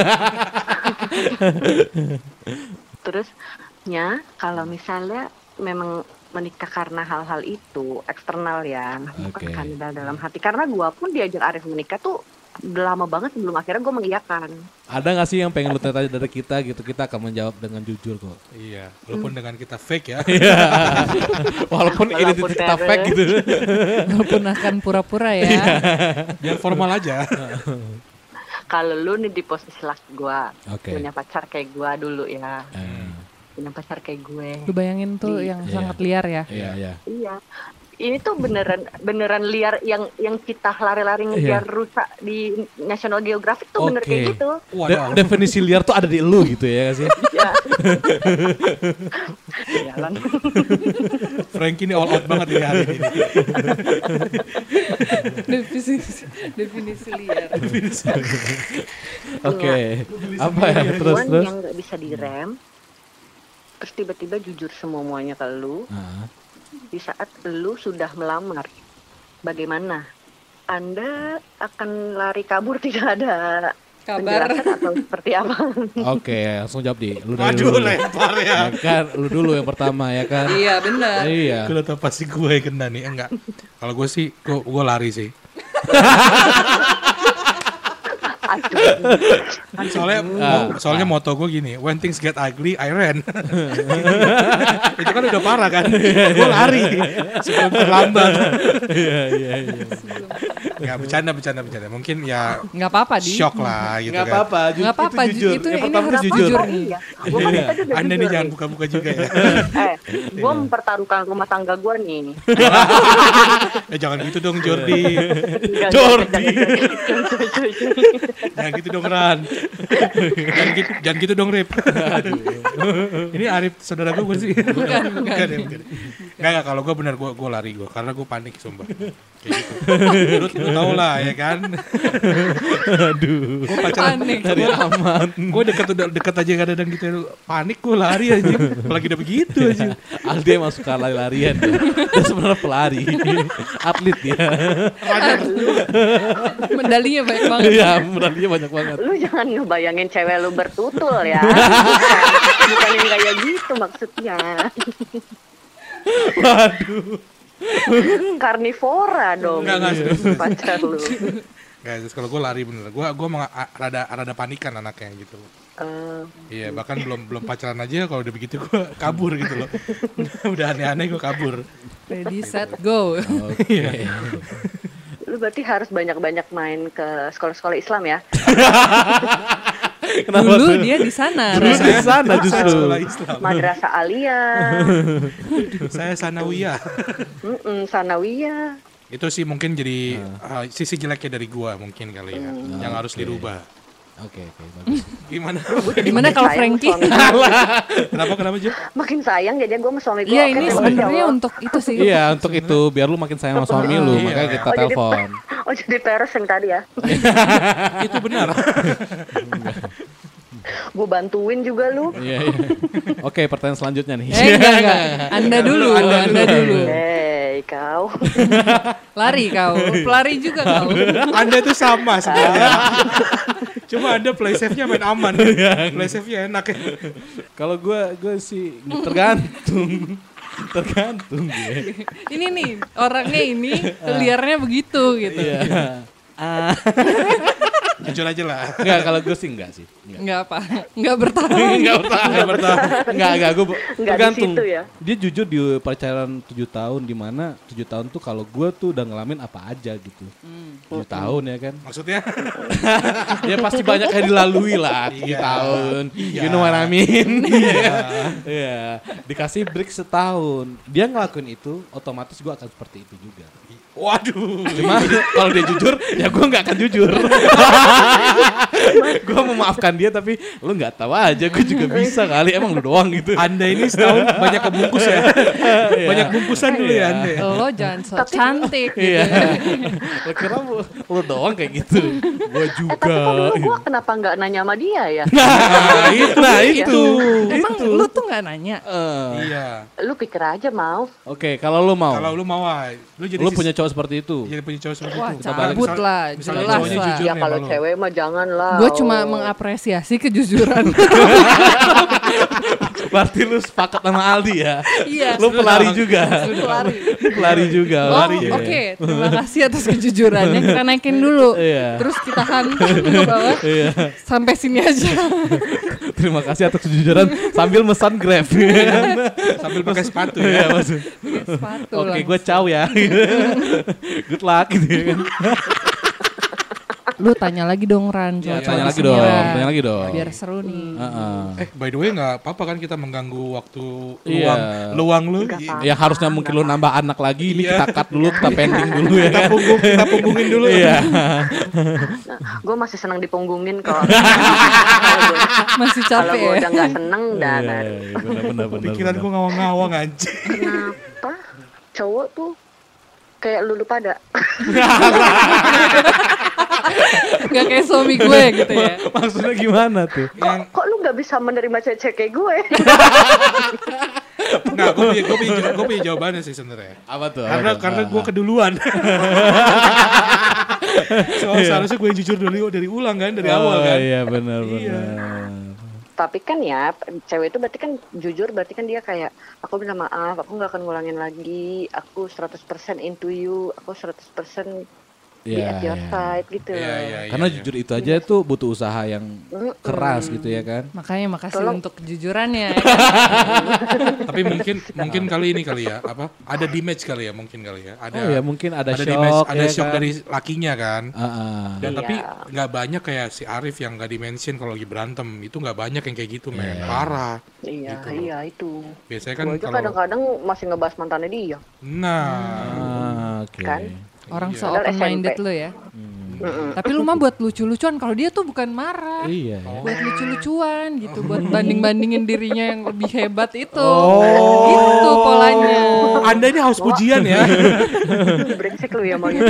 Terusnya kalau misalnya memang menikah karena hal-hal itu eksternal ya, bukan Oke. karena dalam hati. Karena gue pun diajak Arif menikah tuh lama banget sebelum akhirnya gue mengiyakan. Ada gak sih yang pengen lu tanya dari kita gitu? Kita akan menjawab dengan jujur kok. Iya, walaupun dengan kita fake ya. Walaupun identitas kita terus. fake gitu. Walaupun akan pura-pura ya. Biar formal aja. Kalau lu nih di posisi laki gue, Oke. punya pacar kayak gue dulu ya, Eh, punya pacar kayak gue. Lu bayangin tuh yang Iya. sangat liar ya. Iya, iya. Iya. Ini tuh beneran liar yang kita lari-lari ngejar rusa di National Geographic tuh bener Oke. kayak gitu. Waduh. Definisi liar tuh ada di lu gitu ya gak sih? Ya. Jalan. Frank ini all out banget ini hari ini. Definisi liar. Oke. Apa ya? Terus. Perempuan yang nggak bisa direm, terus tiba-tiba jujur semuanya ke lu Ah, di saat lu sudah melamar. Bagaimana? Anda akan lari kabur, tidak ada Kabar. penjelasan atau seperti apa? Oke, langsung jawab di. Lu dari Waduh, dulu. lempar ya. Ya kan, lu dulu yang pertama ya kan. Iya benar. Iya. Gue udah tau pasti gue yang kena nih. Enggak. Kalau gue sih, gue lari sih. Soalnya moto gue gini, when things get ugly, I ran. Itu kan udah parah kan. Gue lari sebelum terlambat. Iya. Ya bercanda. Mungkin ya Nggak apa-apa di. shock lah gitu Enggak kan. apa-apa, Nggak apa-apa, itu jujur. itu Yang ini pertama harus itu jujur. jujur. Iya. Gue kan tadi udah Anda nih jujur jangan nih. buka-buka juga ya. Gue mempertaruhkan rumah tangga gue nih. Jangan gitu dong Jordi. Enggak, Jordi. jangan. Jangan gitu dong Ran. Jangan gitu dong Rip. Ini Arif saudara gue bukan sih? Bukan. Enggak, kalau gue benar gue lari gue karena gue panik sumpah. Kayak gitu. Lu tau lah ya kan. Aduh. Gue pacaran Panik. Dari aman. gue deket aja kadang gitu panik gue lari aja. Apalagi udah begitu aja. Aldi emang suka lari-larian. Dia sebenarnya pelari. Atlet ya. Medalinya banyak banget. Iya, medalinya banyak banget. Lu jangan ngebayangin cewek lu bertutul ya. Bukan yang kayak gitu maksudnya. Waduh. Karnivora dong. Enggak, serius. Pacar lu. Guys, kalau gue lari bener. Gue rada panikan anaknya gitu. Iya, bahkan belum pacaran aja kalau udah begitu gue kabur gitu loh. Udah aneh-aneh gue kabur. Ready, set, go. Oke. Lu berarti harus banyak-banyak main ke sekolah-sekolah Islam ya. Kenapa Dulu tuh? dia di sana. Dulu di sana Saya justru. sekolah Islam. Madrasah Aliyah, Saya sanawiyah. Sanawiyah. Itu sih mungkin jadi sisi jeleknya dari gua mungkin kali ya. Yang harus dirubah. Oke, bagus. Gimana? Gimana kalau Sayang Frankie? suami gua. Kenapa Jul? Makin sayang jadi gue sama suami gue. Iya oke, ini terima kasih, sebenarnya Allah. untuk itu sih. Iya, untuk itu biar lu makin sayang sama suami lu, Iya. makanya kita Oh, jadi- telepon. Oh jadi peres yang tadi ya. Itu benar. Gue bantuin juga lu. Iya. Oke, pertanyaan selanjutnya nih. Enggak. Anda dulu. Hei kau. Lari kau. Pelari juga kau. Anda tuh sama sebenarnya. Cuma Anda play safe-nya main aman. Play safe-nya enak ya. Kalau gue sih tergantung. Tergantung gue. Ini nih orangnya ini liarnya begitu gitu. Iya. Jujur aja lah. Enggak, kalau gue sih enggak sih. Enggak apa. Enggak bertahan. Enggak bertahan. Enggak, gue Nggak tergantung. di situ ya? Dia jujur di pacaran 7 tahun, di mana 7 tahun tuh kalau gue tuh udah ngalamin apa aja gitu. 7 tahun ya kan. Maksudnya? Ya pasti banyak yang dilalui lah 7 Iya. tahun. Iya. You know what I mean? Iya. Dikasih break setahun. Dia ngelakuin itu, otomatis gue akan seperti itu juga. Waduh. Cuma kalau dia jujur, ya gue nggak akan jujur. Gue memaafkan dia, tapi lu nggak tahu aja, gue juga bisa kali. Emang lu doang gitu. Anda ini setahun banyak kebungkus ya. Banyak bungkusan dulu ya Anda. Lo jangan so cantik gitu. Iya. Lu kira lu doang kayak gitu. Gue juga. Tapi kok dulu gue kenapa nggak nanya sama dia ya? Nah itu. Emang lu tuh nggak nanya? Iya. Lu pikir aja mau. Oke, kalau lu mau, Kalau lu mau, lu jadi lu punya cowok seperti itu. jadi punya cowok seperti Wah, itu. cabut lah, misalnya jelas cowoknya lah. jujur Ya nih kalau sama lu. cewek mah jangan lah. Gue cuma Oh. mengapresiasi kejujuran. Berarti lu sepakat sama Aldi ya? Iya. Lu pelari juga. Pelari. Pelari juga. Oh, Pelari ya. oke. Terima kasih atas kejujurannya. Kita naikin dulu. Iya. Terus kita hantam ke bawah. Iya. Sampai sini aja. Terima kasih atas kejujuran sambil mesan Grab. Sambil pakai sepatu Iya, ya. maksud. Sepatu Oke, langsung. gue caw ya. Good luck gitu ya kan. Lu tanya lagi dong Ran. Ya, coba tanya lagi sini, dong, Ran. tanya lagi dong. Biar seru nih. By the way nggak apa-apa kan kita mengganggu waktu Iya. luang lu. Nggak apa-apa. Ya harusnya mungkin lu nambah anak lagi, ini Iya. kita cut dulu, kita pending dulu ya kan. Kita punggungin dulu. Iya. Gue masih senang dipunggungin kok. Masih Kalau capek gue ya. udah nggak seneng, dan Benar. Pikiran gua ngawang-ngawang anjing. kenapa cowok tuh kayak lu pada? Gak kayak suami gue gitu ya. Maksudnya gimana tuh? Kok lu nggak bisa menerima cewek kayak gue? Nggak, gue punya jawabannya sih sebenarnya. Apa tuh? Karena gue keduluan. Soalnya seharusnya gue yang jujur dari ulang kan, dari awal kan. Iya benar. Tapi kan ya, cewek itu berarti kan jujur, berarti kan dia kayak, aku minta maaf, aku nggak akan ngulangin lagi, aku 100% into you, aku 100% be at your side gitu loh. Karena jujur itu aja tuh butuh usaha yang keras gitu ya kan. Makanya makasih untuk kejujurannya. Tapi mungkin kali ya, apa? Ada damage kali ya, mungkin kali ya. Ada mungkin ada shock, damage, ada ya shock kan? dari lakinya kan. Dan Iya. tapi nggak banyak kayak si Arif yang nggak dimention kalau lagi berantem. Itu nggak banyak yang kayak gitu, men. Parah. Iya, Gitu loh. iya itu. Biasanya kan Gue aja kalau kadang-kadang masih ngebahas mantannya dia. Oke. Kan? Orang Iya. so-open minded SMP. lo ya. Tapi lu mah buat lucu-lucuan, kalau dia tuh bukan marah. Iya. Buat lucu-lucuan gitu, buat banding-bandingin dirinya yang lebih hebat itu. Oh. Gitu polanya. Anda ini haus pujian ya. Brengsek lu ya mau gitu.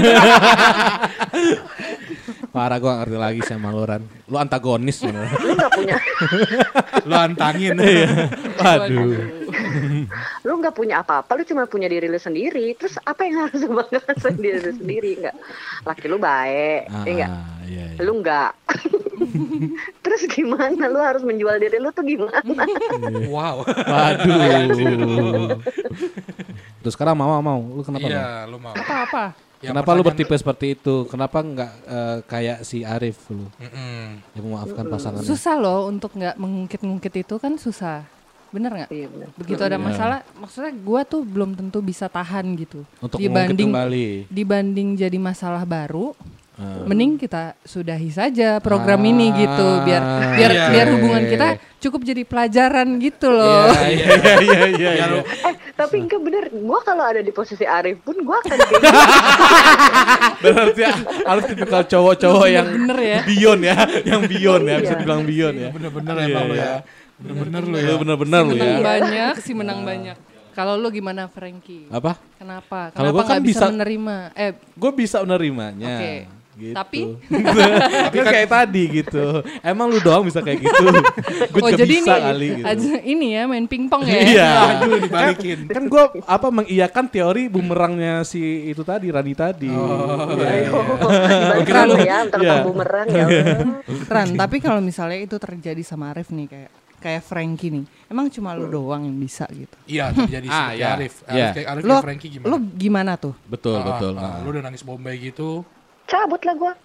Parah gue gak ngerti lagi sama lu Ran. Lu antagonis sebenarnya. Lu nggak punya, Lo antangin. Waduh. lu nggak punya apa-apa, lu cuma punya diri lu sendiri. Terus apa yang harus lu banggakan sama diri lu sendiri? Nggak, laki lu baik, ya nggak? Iya. Lu nggak. Terus gimana? Lu harus menjual diri lu tuh gimana? Wow. Waduh. Terus sekarang mau, lu kenapa? Iya, Bang? lo mau. Apa-apa? Yang Kenapa lu pertanyaan- bertipe seperti itu? Kenapa nggak kayak si Arif lu? Yang memaafkan pasangannya. Susah loh untuk nggak mengungkit-ngungkit itu kan susah. Bener nggak? Iya benar. Begitu ada masalah, maksudnya gue tuh belum tentu bisa tahan gitu. Untuk mengungkit kembali. Dibanding jadi masalah baru, mending kita sudahi saja program ini gitu, biar hubungan kita cukup jadi pelajaran gitu loh. Iya. Tapi enggak bener, gua kalau ada di posisi Arif pun gua akan kayak gitu. Berarti harus tipikal cowok-cowok yang Bener ya. bion ya, yang bion ya, bisa Iya. dibilang bion ya. Bener-bener emang lo ya. Bener-bener lo ya. Lu bener-bener lu Menang ya. banyak sih, menang banyak. Kalau lu gimana Frankie? Apa? Kenapa? Kalau Kenapa gua kan nggak bisa bisa- menerima? Gue bisa menerimanya. Oke. Gitu. Tapi? Kan kayak tadi gitu. Emang lu doang bisa kayak gitu. Gue Oh juga jadi bisa ini kali gitu. ini ya main pingpong ya? Iya. Aduh, dibalikin. Kan gue mengiyakan teori bumerangnya si itu tadi, Rani tadi. Iya. Dibalik Kira lu- ya, tentang Iya. bumerang ya. Ran, tapi kalau misalnya itu terjadi sama Arif nih kayak Frankie nih, emang cuma lu doang yang bisa gitu. Iya, terjadi seperti iya. Arif. Iya. Arif Lu kayak Frankie gimana? lu gimana tuh? Betul. Lu udah nangis Bombay gitu. Cabut lah gua.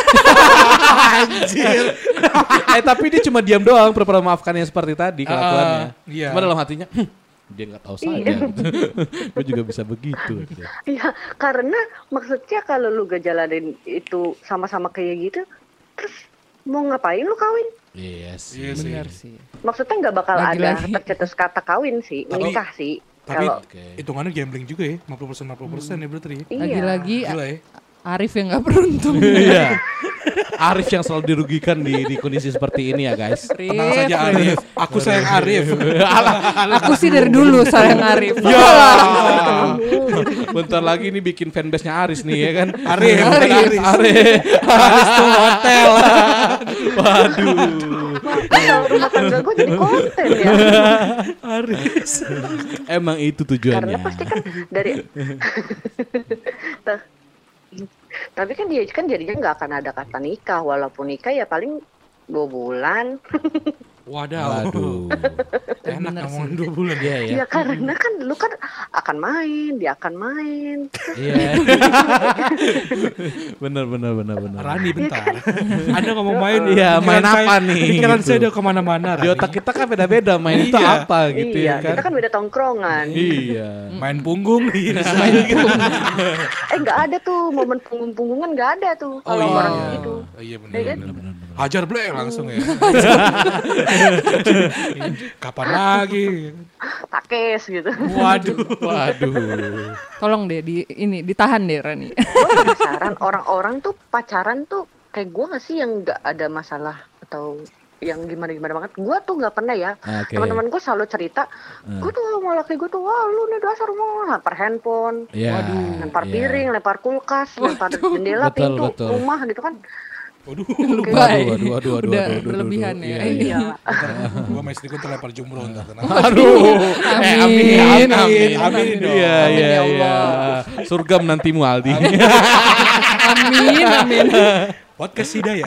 Tapi dia cuma diam doang, pura-pura maafkannya seperti tadi kelakuannya. Iya. Cuma dalam hatinya, dia nggak tahu saja. Gitu. Gue juga bisa begitu. Gitu. Iya, karena maksudnya kalau lu gak jalanin itu sama-sama kayak gitu, terus mau ngapain lu kawin? Iya sih. Iya sih. Bener sih. Maksudnya nggak bakal Lagi-lagi. ada tercetus kata kawin sih, Tapi- menikah sih. Tapi Kalau hitungannya gambling juga ya, 50% ya berarti. Ya. iya. Lagi-lagi Gila ya. Arif yang nggak beruntung. Iya. Arif yang selalu dirugikan di kondisi seperti ini ya guys. Tenang saja Arif. Aku sayang Arif. Aku sih dari dulu sayang Arif. Ya. Bentar lagi nih bikin fanbase-nya Aris nih ya kan. Arif, Aris. Aris tuh hotel. Waduh. Kalau rumah tangga gue jadi konten ya. Emang itu Karena tujuannya. pasti kan dari tapi kan dia kan jadinya nggak akan ada kata nikah, walaupun nikah ya paling 2 bulan. Waduh. Enak Bener ngomongin 2 bulan ya. Iya. Ya karena kan lu kan akan main, dia akan main. Iya. Bener. Rani bentar. Anda ngomong main. Iya, pikiran main saya- apa nih, Pikiran gitu. saya udah kemana-mana. Di Rani. otak kita kan beda-beda main itu Iya. apa gitu Iya, ya kan. kita kan beda tongkrongan. Iya. Main punggung. Iya. Nggak ada tuh momen punggung-punggungan, nggak ada tuh kalau iya. orang gitu. Iya benar. Iya kan? benar. Hajar blek langsung ya. Kapan lagi? Takes gitu. Waduh. Tolong deh ditahan deh Rani. Gue penasaran orang-orang tuh pacaran tuh kayak gue nggak sih yang nggak ada masalah atau yang gimana banget. Gue tuh nggak pernah ya. Oke. Teman-teman gue selalu cerita, gue tuh sama laki gue tuh, wah lu nih dasar mau lempar handphone, Iya. lempar iya. piring, lempar kulkas, lempar jendela, Betul, pintu, betul. rumah gitu kan. Waduh. Waduh. Udah berlebihan ya. Iya. Gue sama istri gue terlempar jumroh ntar. Tenang. Aduh. Amin. Amin. Iya, Amin, iya, ya iya. Allah. Surga menantimu Aldi. Amin. Podcast Hidayah.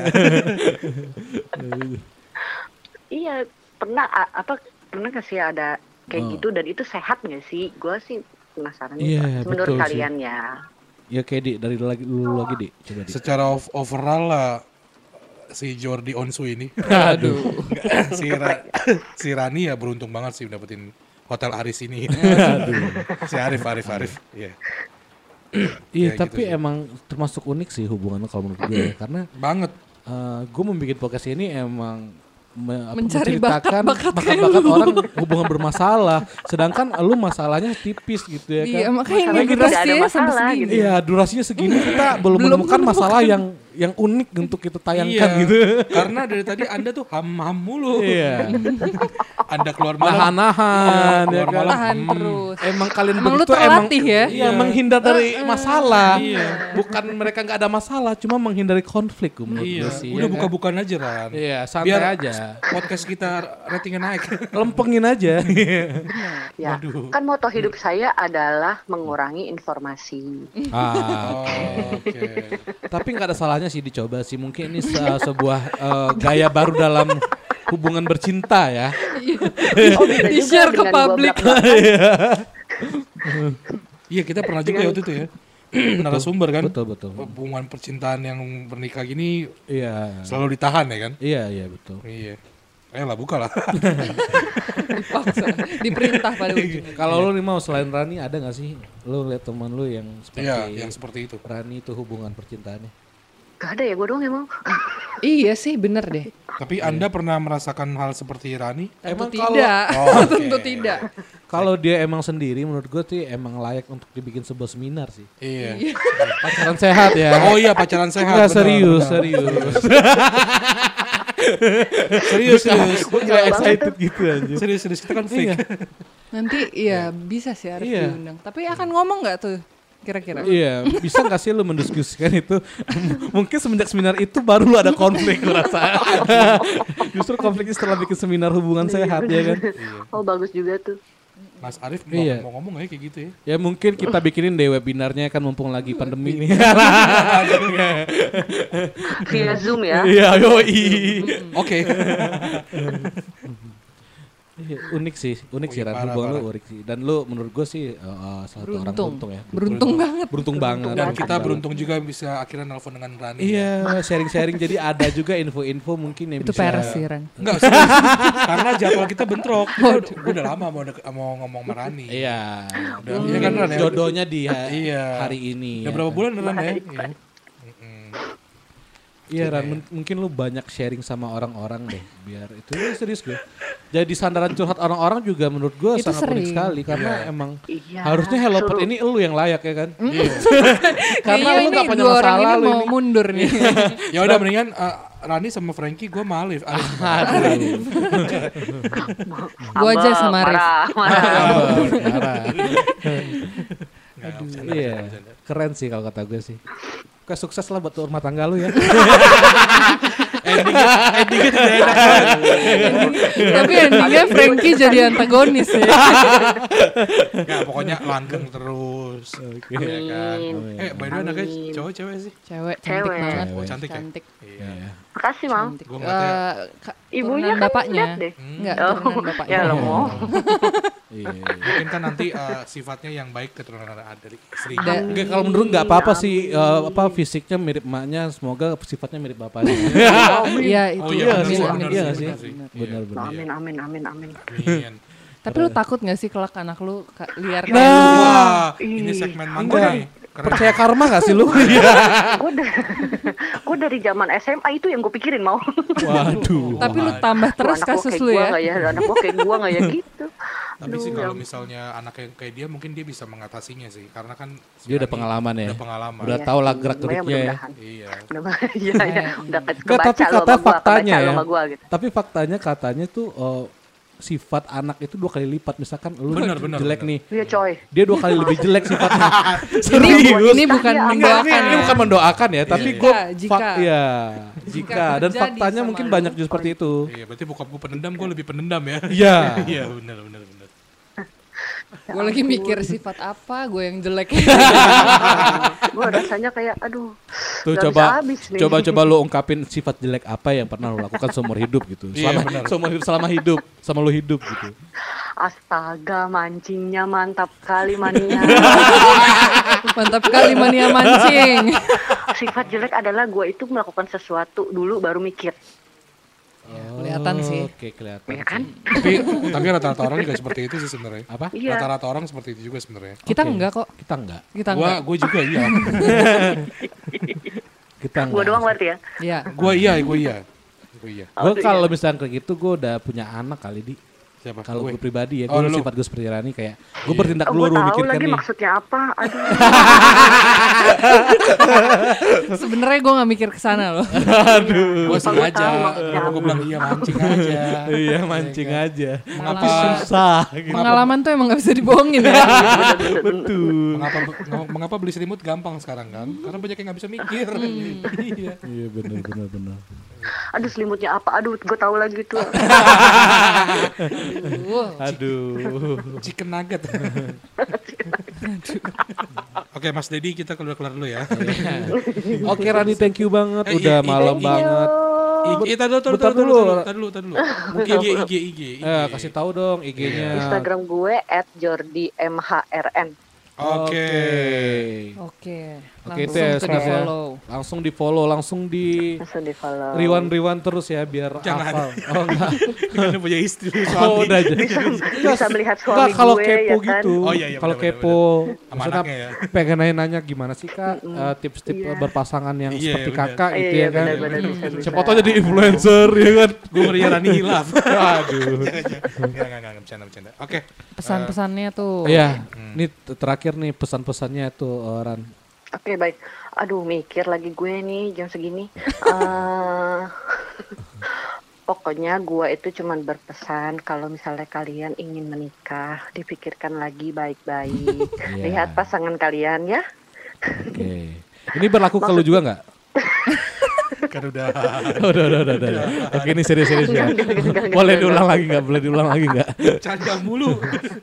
Iya, pernah nggak sih ada kayak gitu dan itu sehat nggak sih? Gue sih penasaran Iya, menurut betul sih. kalian ya. Ya kayak Di, dari dulu lagi Di, coba Di. Secara overall lah si Jordi Onsu ini. Aduh. Si Rani ya beruntung banget sih dapetin Hotel Aris ini. Si Arif. Iya. Iya, Ya, tapi gitu sih. emang termasuk unik sih hubungannya kalau menurut gue ya. Karena Banget. gue membuat podcast ini emang Mencari menceritakan bakat-bakat bakat-bakat orang hubungan bermasalah. Sedangkan lu masalahnya tipis gitu ya kan. Iya, makanya Masalahnya ini tidak ada durasinya sampai masalah, segini. gitu. Iya, durasinya segini kita belum menemukan masalah yang unik untuk kita tayangkan Iya, gitu. Karena dari tadi Anda tuh ham-ham mulu. Iya. Anda keluar malam. Nahan-nahan ya keluar kan. malam. Tahan terus. Emang kalian Emang lu begitu terlatih ya? Iya, menghindar dari masalah. Iya. Bukan mereka nggak ada masalah, cuma menghindari konflik menurut Iya, gue sih. udah ya kan? buka-bukaan aja Ran. Iya, santai Biar aja. podcast kita ratingnya naik. Lempengin aja. Ya, Waduh. kan moto hidup saya adalah mengurangi informasi. Ah, Oh, oke. tapi nggak ada salahnya sih dicoba sih. Mungkin ini sebuah gaya baru dalam hubungan bercinta ya. Oh, bisa juga Di-share ke dengan gua publik. belak-belakan. Iya, kita pernah juga ya waktu itu ya. Narasumber kan. Betul. Hubungan percintaan yang bernikah gini Iya. selalu ditahan ya kan? Iya, betul. Iya. Ayolah buka lah. Dipaksa, diperintah pada ujungnya. Kalau lu nih mau selain Rani ada nggak sih lu lihat teman lu yang seperti Iya, yang seperti itu. Rani itu hubungan percintaannya? Gak ada ya, gue doang emang. Iya sih, bener deh. Tapi Anda pernah merasakan hal seperti Rani? Emang Tentu kalau tidak. Oh, oke. Tentu tidak. kalau dia emang sendiri menurut gue sih emang layak untuk dibikin sebuah seminar sih. Iya. Pacaran sehat ya. Oh iya, pacaran sehat. Enggak, benar, serius. Serius. Gue kayak excited gitu aja. Serius, kita kan fake. Nanti iya bisa sih Arif Iya. diundang. Tapi akan ngomong nggak tuh kira-kira? Iya, bisa gak sih lu mendiskusikan itu? Mungkin semenjak seminar itu baru lu ada konflik gue rasa. Justru konfliknya setelah bikin seminar hubungan sehat ya kan. Oh, bagus juga tuh. Mas Arif Iya. mau ngomong ya kayak gitu ya. Ya mungkin kita bikinin deh webinarnya kan mumpung lagi pandemi nih. Via Zoom ya. Iya, yoi. Oke. Iya, unik sih Ran, Parah, hubungan lu parah. unik sih. Dan lu menurut gue sih salah satu orang beruntung ya. Beruntung banget. Beruntung banget. Dan kita beruntung juga bisa akhirnya nelpon dengan Rani. Iya, sharing-sharing jadi ada juga info-info mungkin yang Itu bisa. peres sih Ran. Enggak, serius. Karena jadwal kita bentrok. Gue udah lama mau ngomong sama Rani. Iya. Iya kan Ran ya? Jodohnya di Iya. hari ini. Udah ya berapa kan? bulan Ran ya? Iya. Iya Ran, mungkin lu banyak sharing sama orang-orang deh, biar itu serius gue. Jadi sandaran curhat orang-orang juga menurut gue Itu sangat unik sering. sekali karena emang Iya. harusnya Hello Pet suruh- ini lu yang layak ya kan. Iya. Karena Kayaknya lu nggak ini punya dua orang masalah ini lu mau ini. mundur nih. Ya udah mendingan Rani sama Frankie gue sama Alif. Gua aja Abang, sama Arif. marah. Iya, keren sih kalau kata gue sih. Oke, sukses lah buat rumah tangga lu ya. Endingnya tidak enak banget. Tapi endingnya Frankie jadi antagonis ya. Nggak, pokoknya langgeng terus. Ya kan. By the way anaknya cowok cewek sih? Cewek cantik Cewek. banget. Oh, cantik ya? Cantik. Iya. Makasih, Mam. Cantik. Gua ngeliatnya- Ibunya Turunan kan bapaknya. lihat deh. Enggak, Oh, turunan bapaknya. ya lo mau. Iya. Mungkin kan nanti sifatnya yang baik keturunan dari istri. Enggak, kalau menurut nggak apa-apa sih apa fisiknya mirip emaknya, semoga sifatnya mirip bapaknya. Iya itu. Oh iya, Iya sih, benar iya sih, nggak sih? benar sih. Benar-benar. Amin, amin, amin, amin. Amin. Tapi lu takut gak sih kelak anak lu liar kayak Nah. lu? Wah, ini segmen mangga nih. Keren. Percaya karma gak sih lu? Gue dari zaman SMA itu yang gue pikirin mau. Waduh. Tapi lu tambah terus Anak gua kasus kayak lu gua ya. nggak ya, anak gue kayak gue nggak ya gitu. Tapi sih Aduh, kalau ya misalnya anak yang kayak dia mungkin dia bisa mengatasinya sih. Karena kan si Dia udah Rani pengalaman ya. Udah pengalaman. Udah Iya tahu lah sih, gerak-geriknya ya. mudah-mudahan. Iya. Iya, iya, udah Nggak, kebaca tapi lo kata sama gua, faktanya kebaca lo ya. sama gua gitu. Tapi faktanya katanya tuh sifat anak itu 2 kali lipat. Misalkan lu Benar, jelek benar. nih. Iya coy. Dia 2 kali lebih jelek sifatnya. Ini bukan Iya, mendoakan Ini ya. bukan mendoakan ya, tapi Iya. gue Jika. ya, Jika jika dan terjadi faktanya sama mungkin lu. banyak juga seperti itu. Iya, berarti bokap gue penendam, gue lebih penendam ya. Iya. Iya, benar. Gue lagi mikir sifat apa gue yang jelek. Gue rasanya kayak aduh. Tuh nggak coba bisa habis nih. coba lu ungkapin sifat jelek apa yang pernah lu lakukan seumur hidup gitu. Iya, Selama benar. selama hidup, sama lu hidup gitu. Astaga, mancingnya mantap kali mania. Mantap kali mania mancing. Sifat jelek adalah gue itu melakukan sesuatu dulu baru mikir. Kelihatan sih. Oke, kelihatan. Ya kan? Tapi rata-rata orang juga seperti itu sih sebenarnya. Apa? Iya. Rata-rata orang seperti itu juga sebenarnya. Kita Oke. enggak kok. Kita enggak. Kita enggak. Gue juga iya. Kita enggak. Gue doang berarti ya. Iya. Gue iya. Gue Oh, itu kalau iya. misalnya kayak gitu gue udah punya anak kali di. Siapa? Kalau Gue. gue pribadi ya, Oh, gue lu. sifat gue seperti Rani kayak gue bertindak Oh, dulu gue baru tahu mikirkan lagi nih. maksudnya apa. Aduh. Sebenarnya gue nggak mikir ke sana loh. Gue sengaja. tahu maksudnya Gue bilang iya mancing aja. Iya mancing aja. Tapi Mengapa? susah gitu. Pengalaman tuh emang nggak bisa dibohongin ya. Betul. Mengapa beli selimut gampang sekarang kan? Karena banyak yang nggak bisa mikir. Iya. Iya benar. Aduh selimutnya apa? Aduh, gue tahu lagi tuh. Aduh. Chicken nugget. Oke Mas Dedi kita keluar dulu ya. Oke Rani, thank you banget. Udah iya, malam iya. banget. Bentar dulu. IG. Kasih tahu dong IG-nya. Instagram gue @jordimhrn. Oke. Oke. Oke, itu Langsung ya ke sebenarnya. di-follow. Langsung di-follow, langsung di Langsung di follow. rewan terus ya biar Jangan. hafal. Oh enggak. Karena punya istri Oh, suami. udah aja. Bisa melihat suami Enggak, kalau gue kepo ya kan. gitu. Oh, iya, Kalau benar, kepo Sama maksudnya anaknya ya. pengen nanya gimana sih Kak tips-tips Iya. berpasangan yang Iya, seperti benar. Kakak gitu Iya, ya kan. benar, bisa. Siapa tahu jadi influencer ya kan. Gue ngerinya Rani hilaf. Aduh. Enggak, bercanda. Oke. Pesan-pesannya tuh. Iya, ini terakhir nih pesan-pesannya tuh Ran. Oke, baik. Aduh, mikir lagi gue nih jam segini. Pokoknya gue itu cuman berpesan kalau misalnya kalian ingin menikah, dipikirkan lagi baik-baik. Iya. Lihat pasangan kalian ya. Oke. Ini berlaku ke lu juga nggak? Kan udah. Udah. Oke, ini serius ya. Boleh diulang lagi nggak? Boleh diulang lagi nggak? Canda mulu.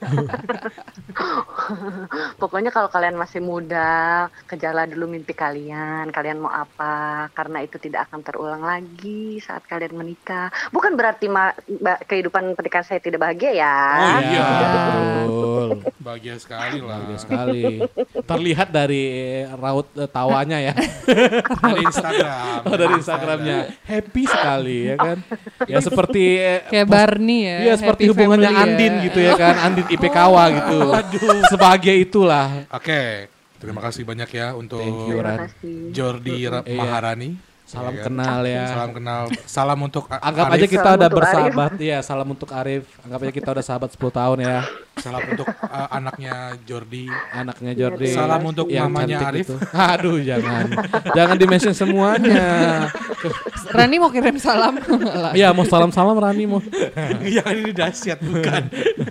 Pokoknya kalau kalian masih muda, kejarlah dulu mimpi kalian. Kalian mau apa? Karena itu tidak akan terulang lagi saat kalian menikah. Bukan berarti kehidupan pernikahan saya tidak bahagia ya. Oh iya. Betul. Bahagia sekali lah. Bagus sekali. Terlihat dari raut tawanya ya. Dari Instagram. Oh, dari Instagramnya. Happy sekali ya kan. Ya seperti Kayak Barney ya. Iya seperti Happy hubungannya family Andin ya. gitu ya kan. Andin IPKW gitu. Aduh. Sebahagia itulah. Oke. Terima kasih banyak ya untuk Thank you, Terima Ran. kasih. Jordi Iya. Maharani. Salam Ya kan? kenal ya. Salam kenal. Salam untuk Anggap Arif. aja kita Salam udah untuk bersahabat. Iya, salam untuk Arif. Anggap aja kita udah sahabat 10 tahun ya. Salam untuk anaknya Jordi. Anaknya Jordi. Salam untuk yang mamanya cantik Arif. itu. Aduh, jangan. Jangan di-mention semuanya. Rani mau kirim salam. Iya, mau salam-salam Rani mau. Yang ini dahsyat bukan.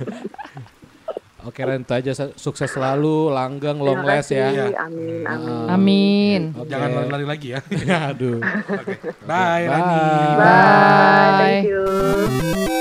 Oke, Ren, itu aja. Sukses selalu, langgeng, long Terima last ya. kasih. Amin, amin. Amin. Oke. Jangan lari-lari lagi ya. Aduh. Oke. Bye, Rani. Bye. Bye. Thank you.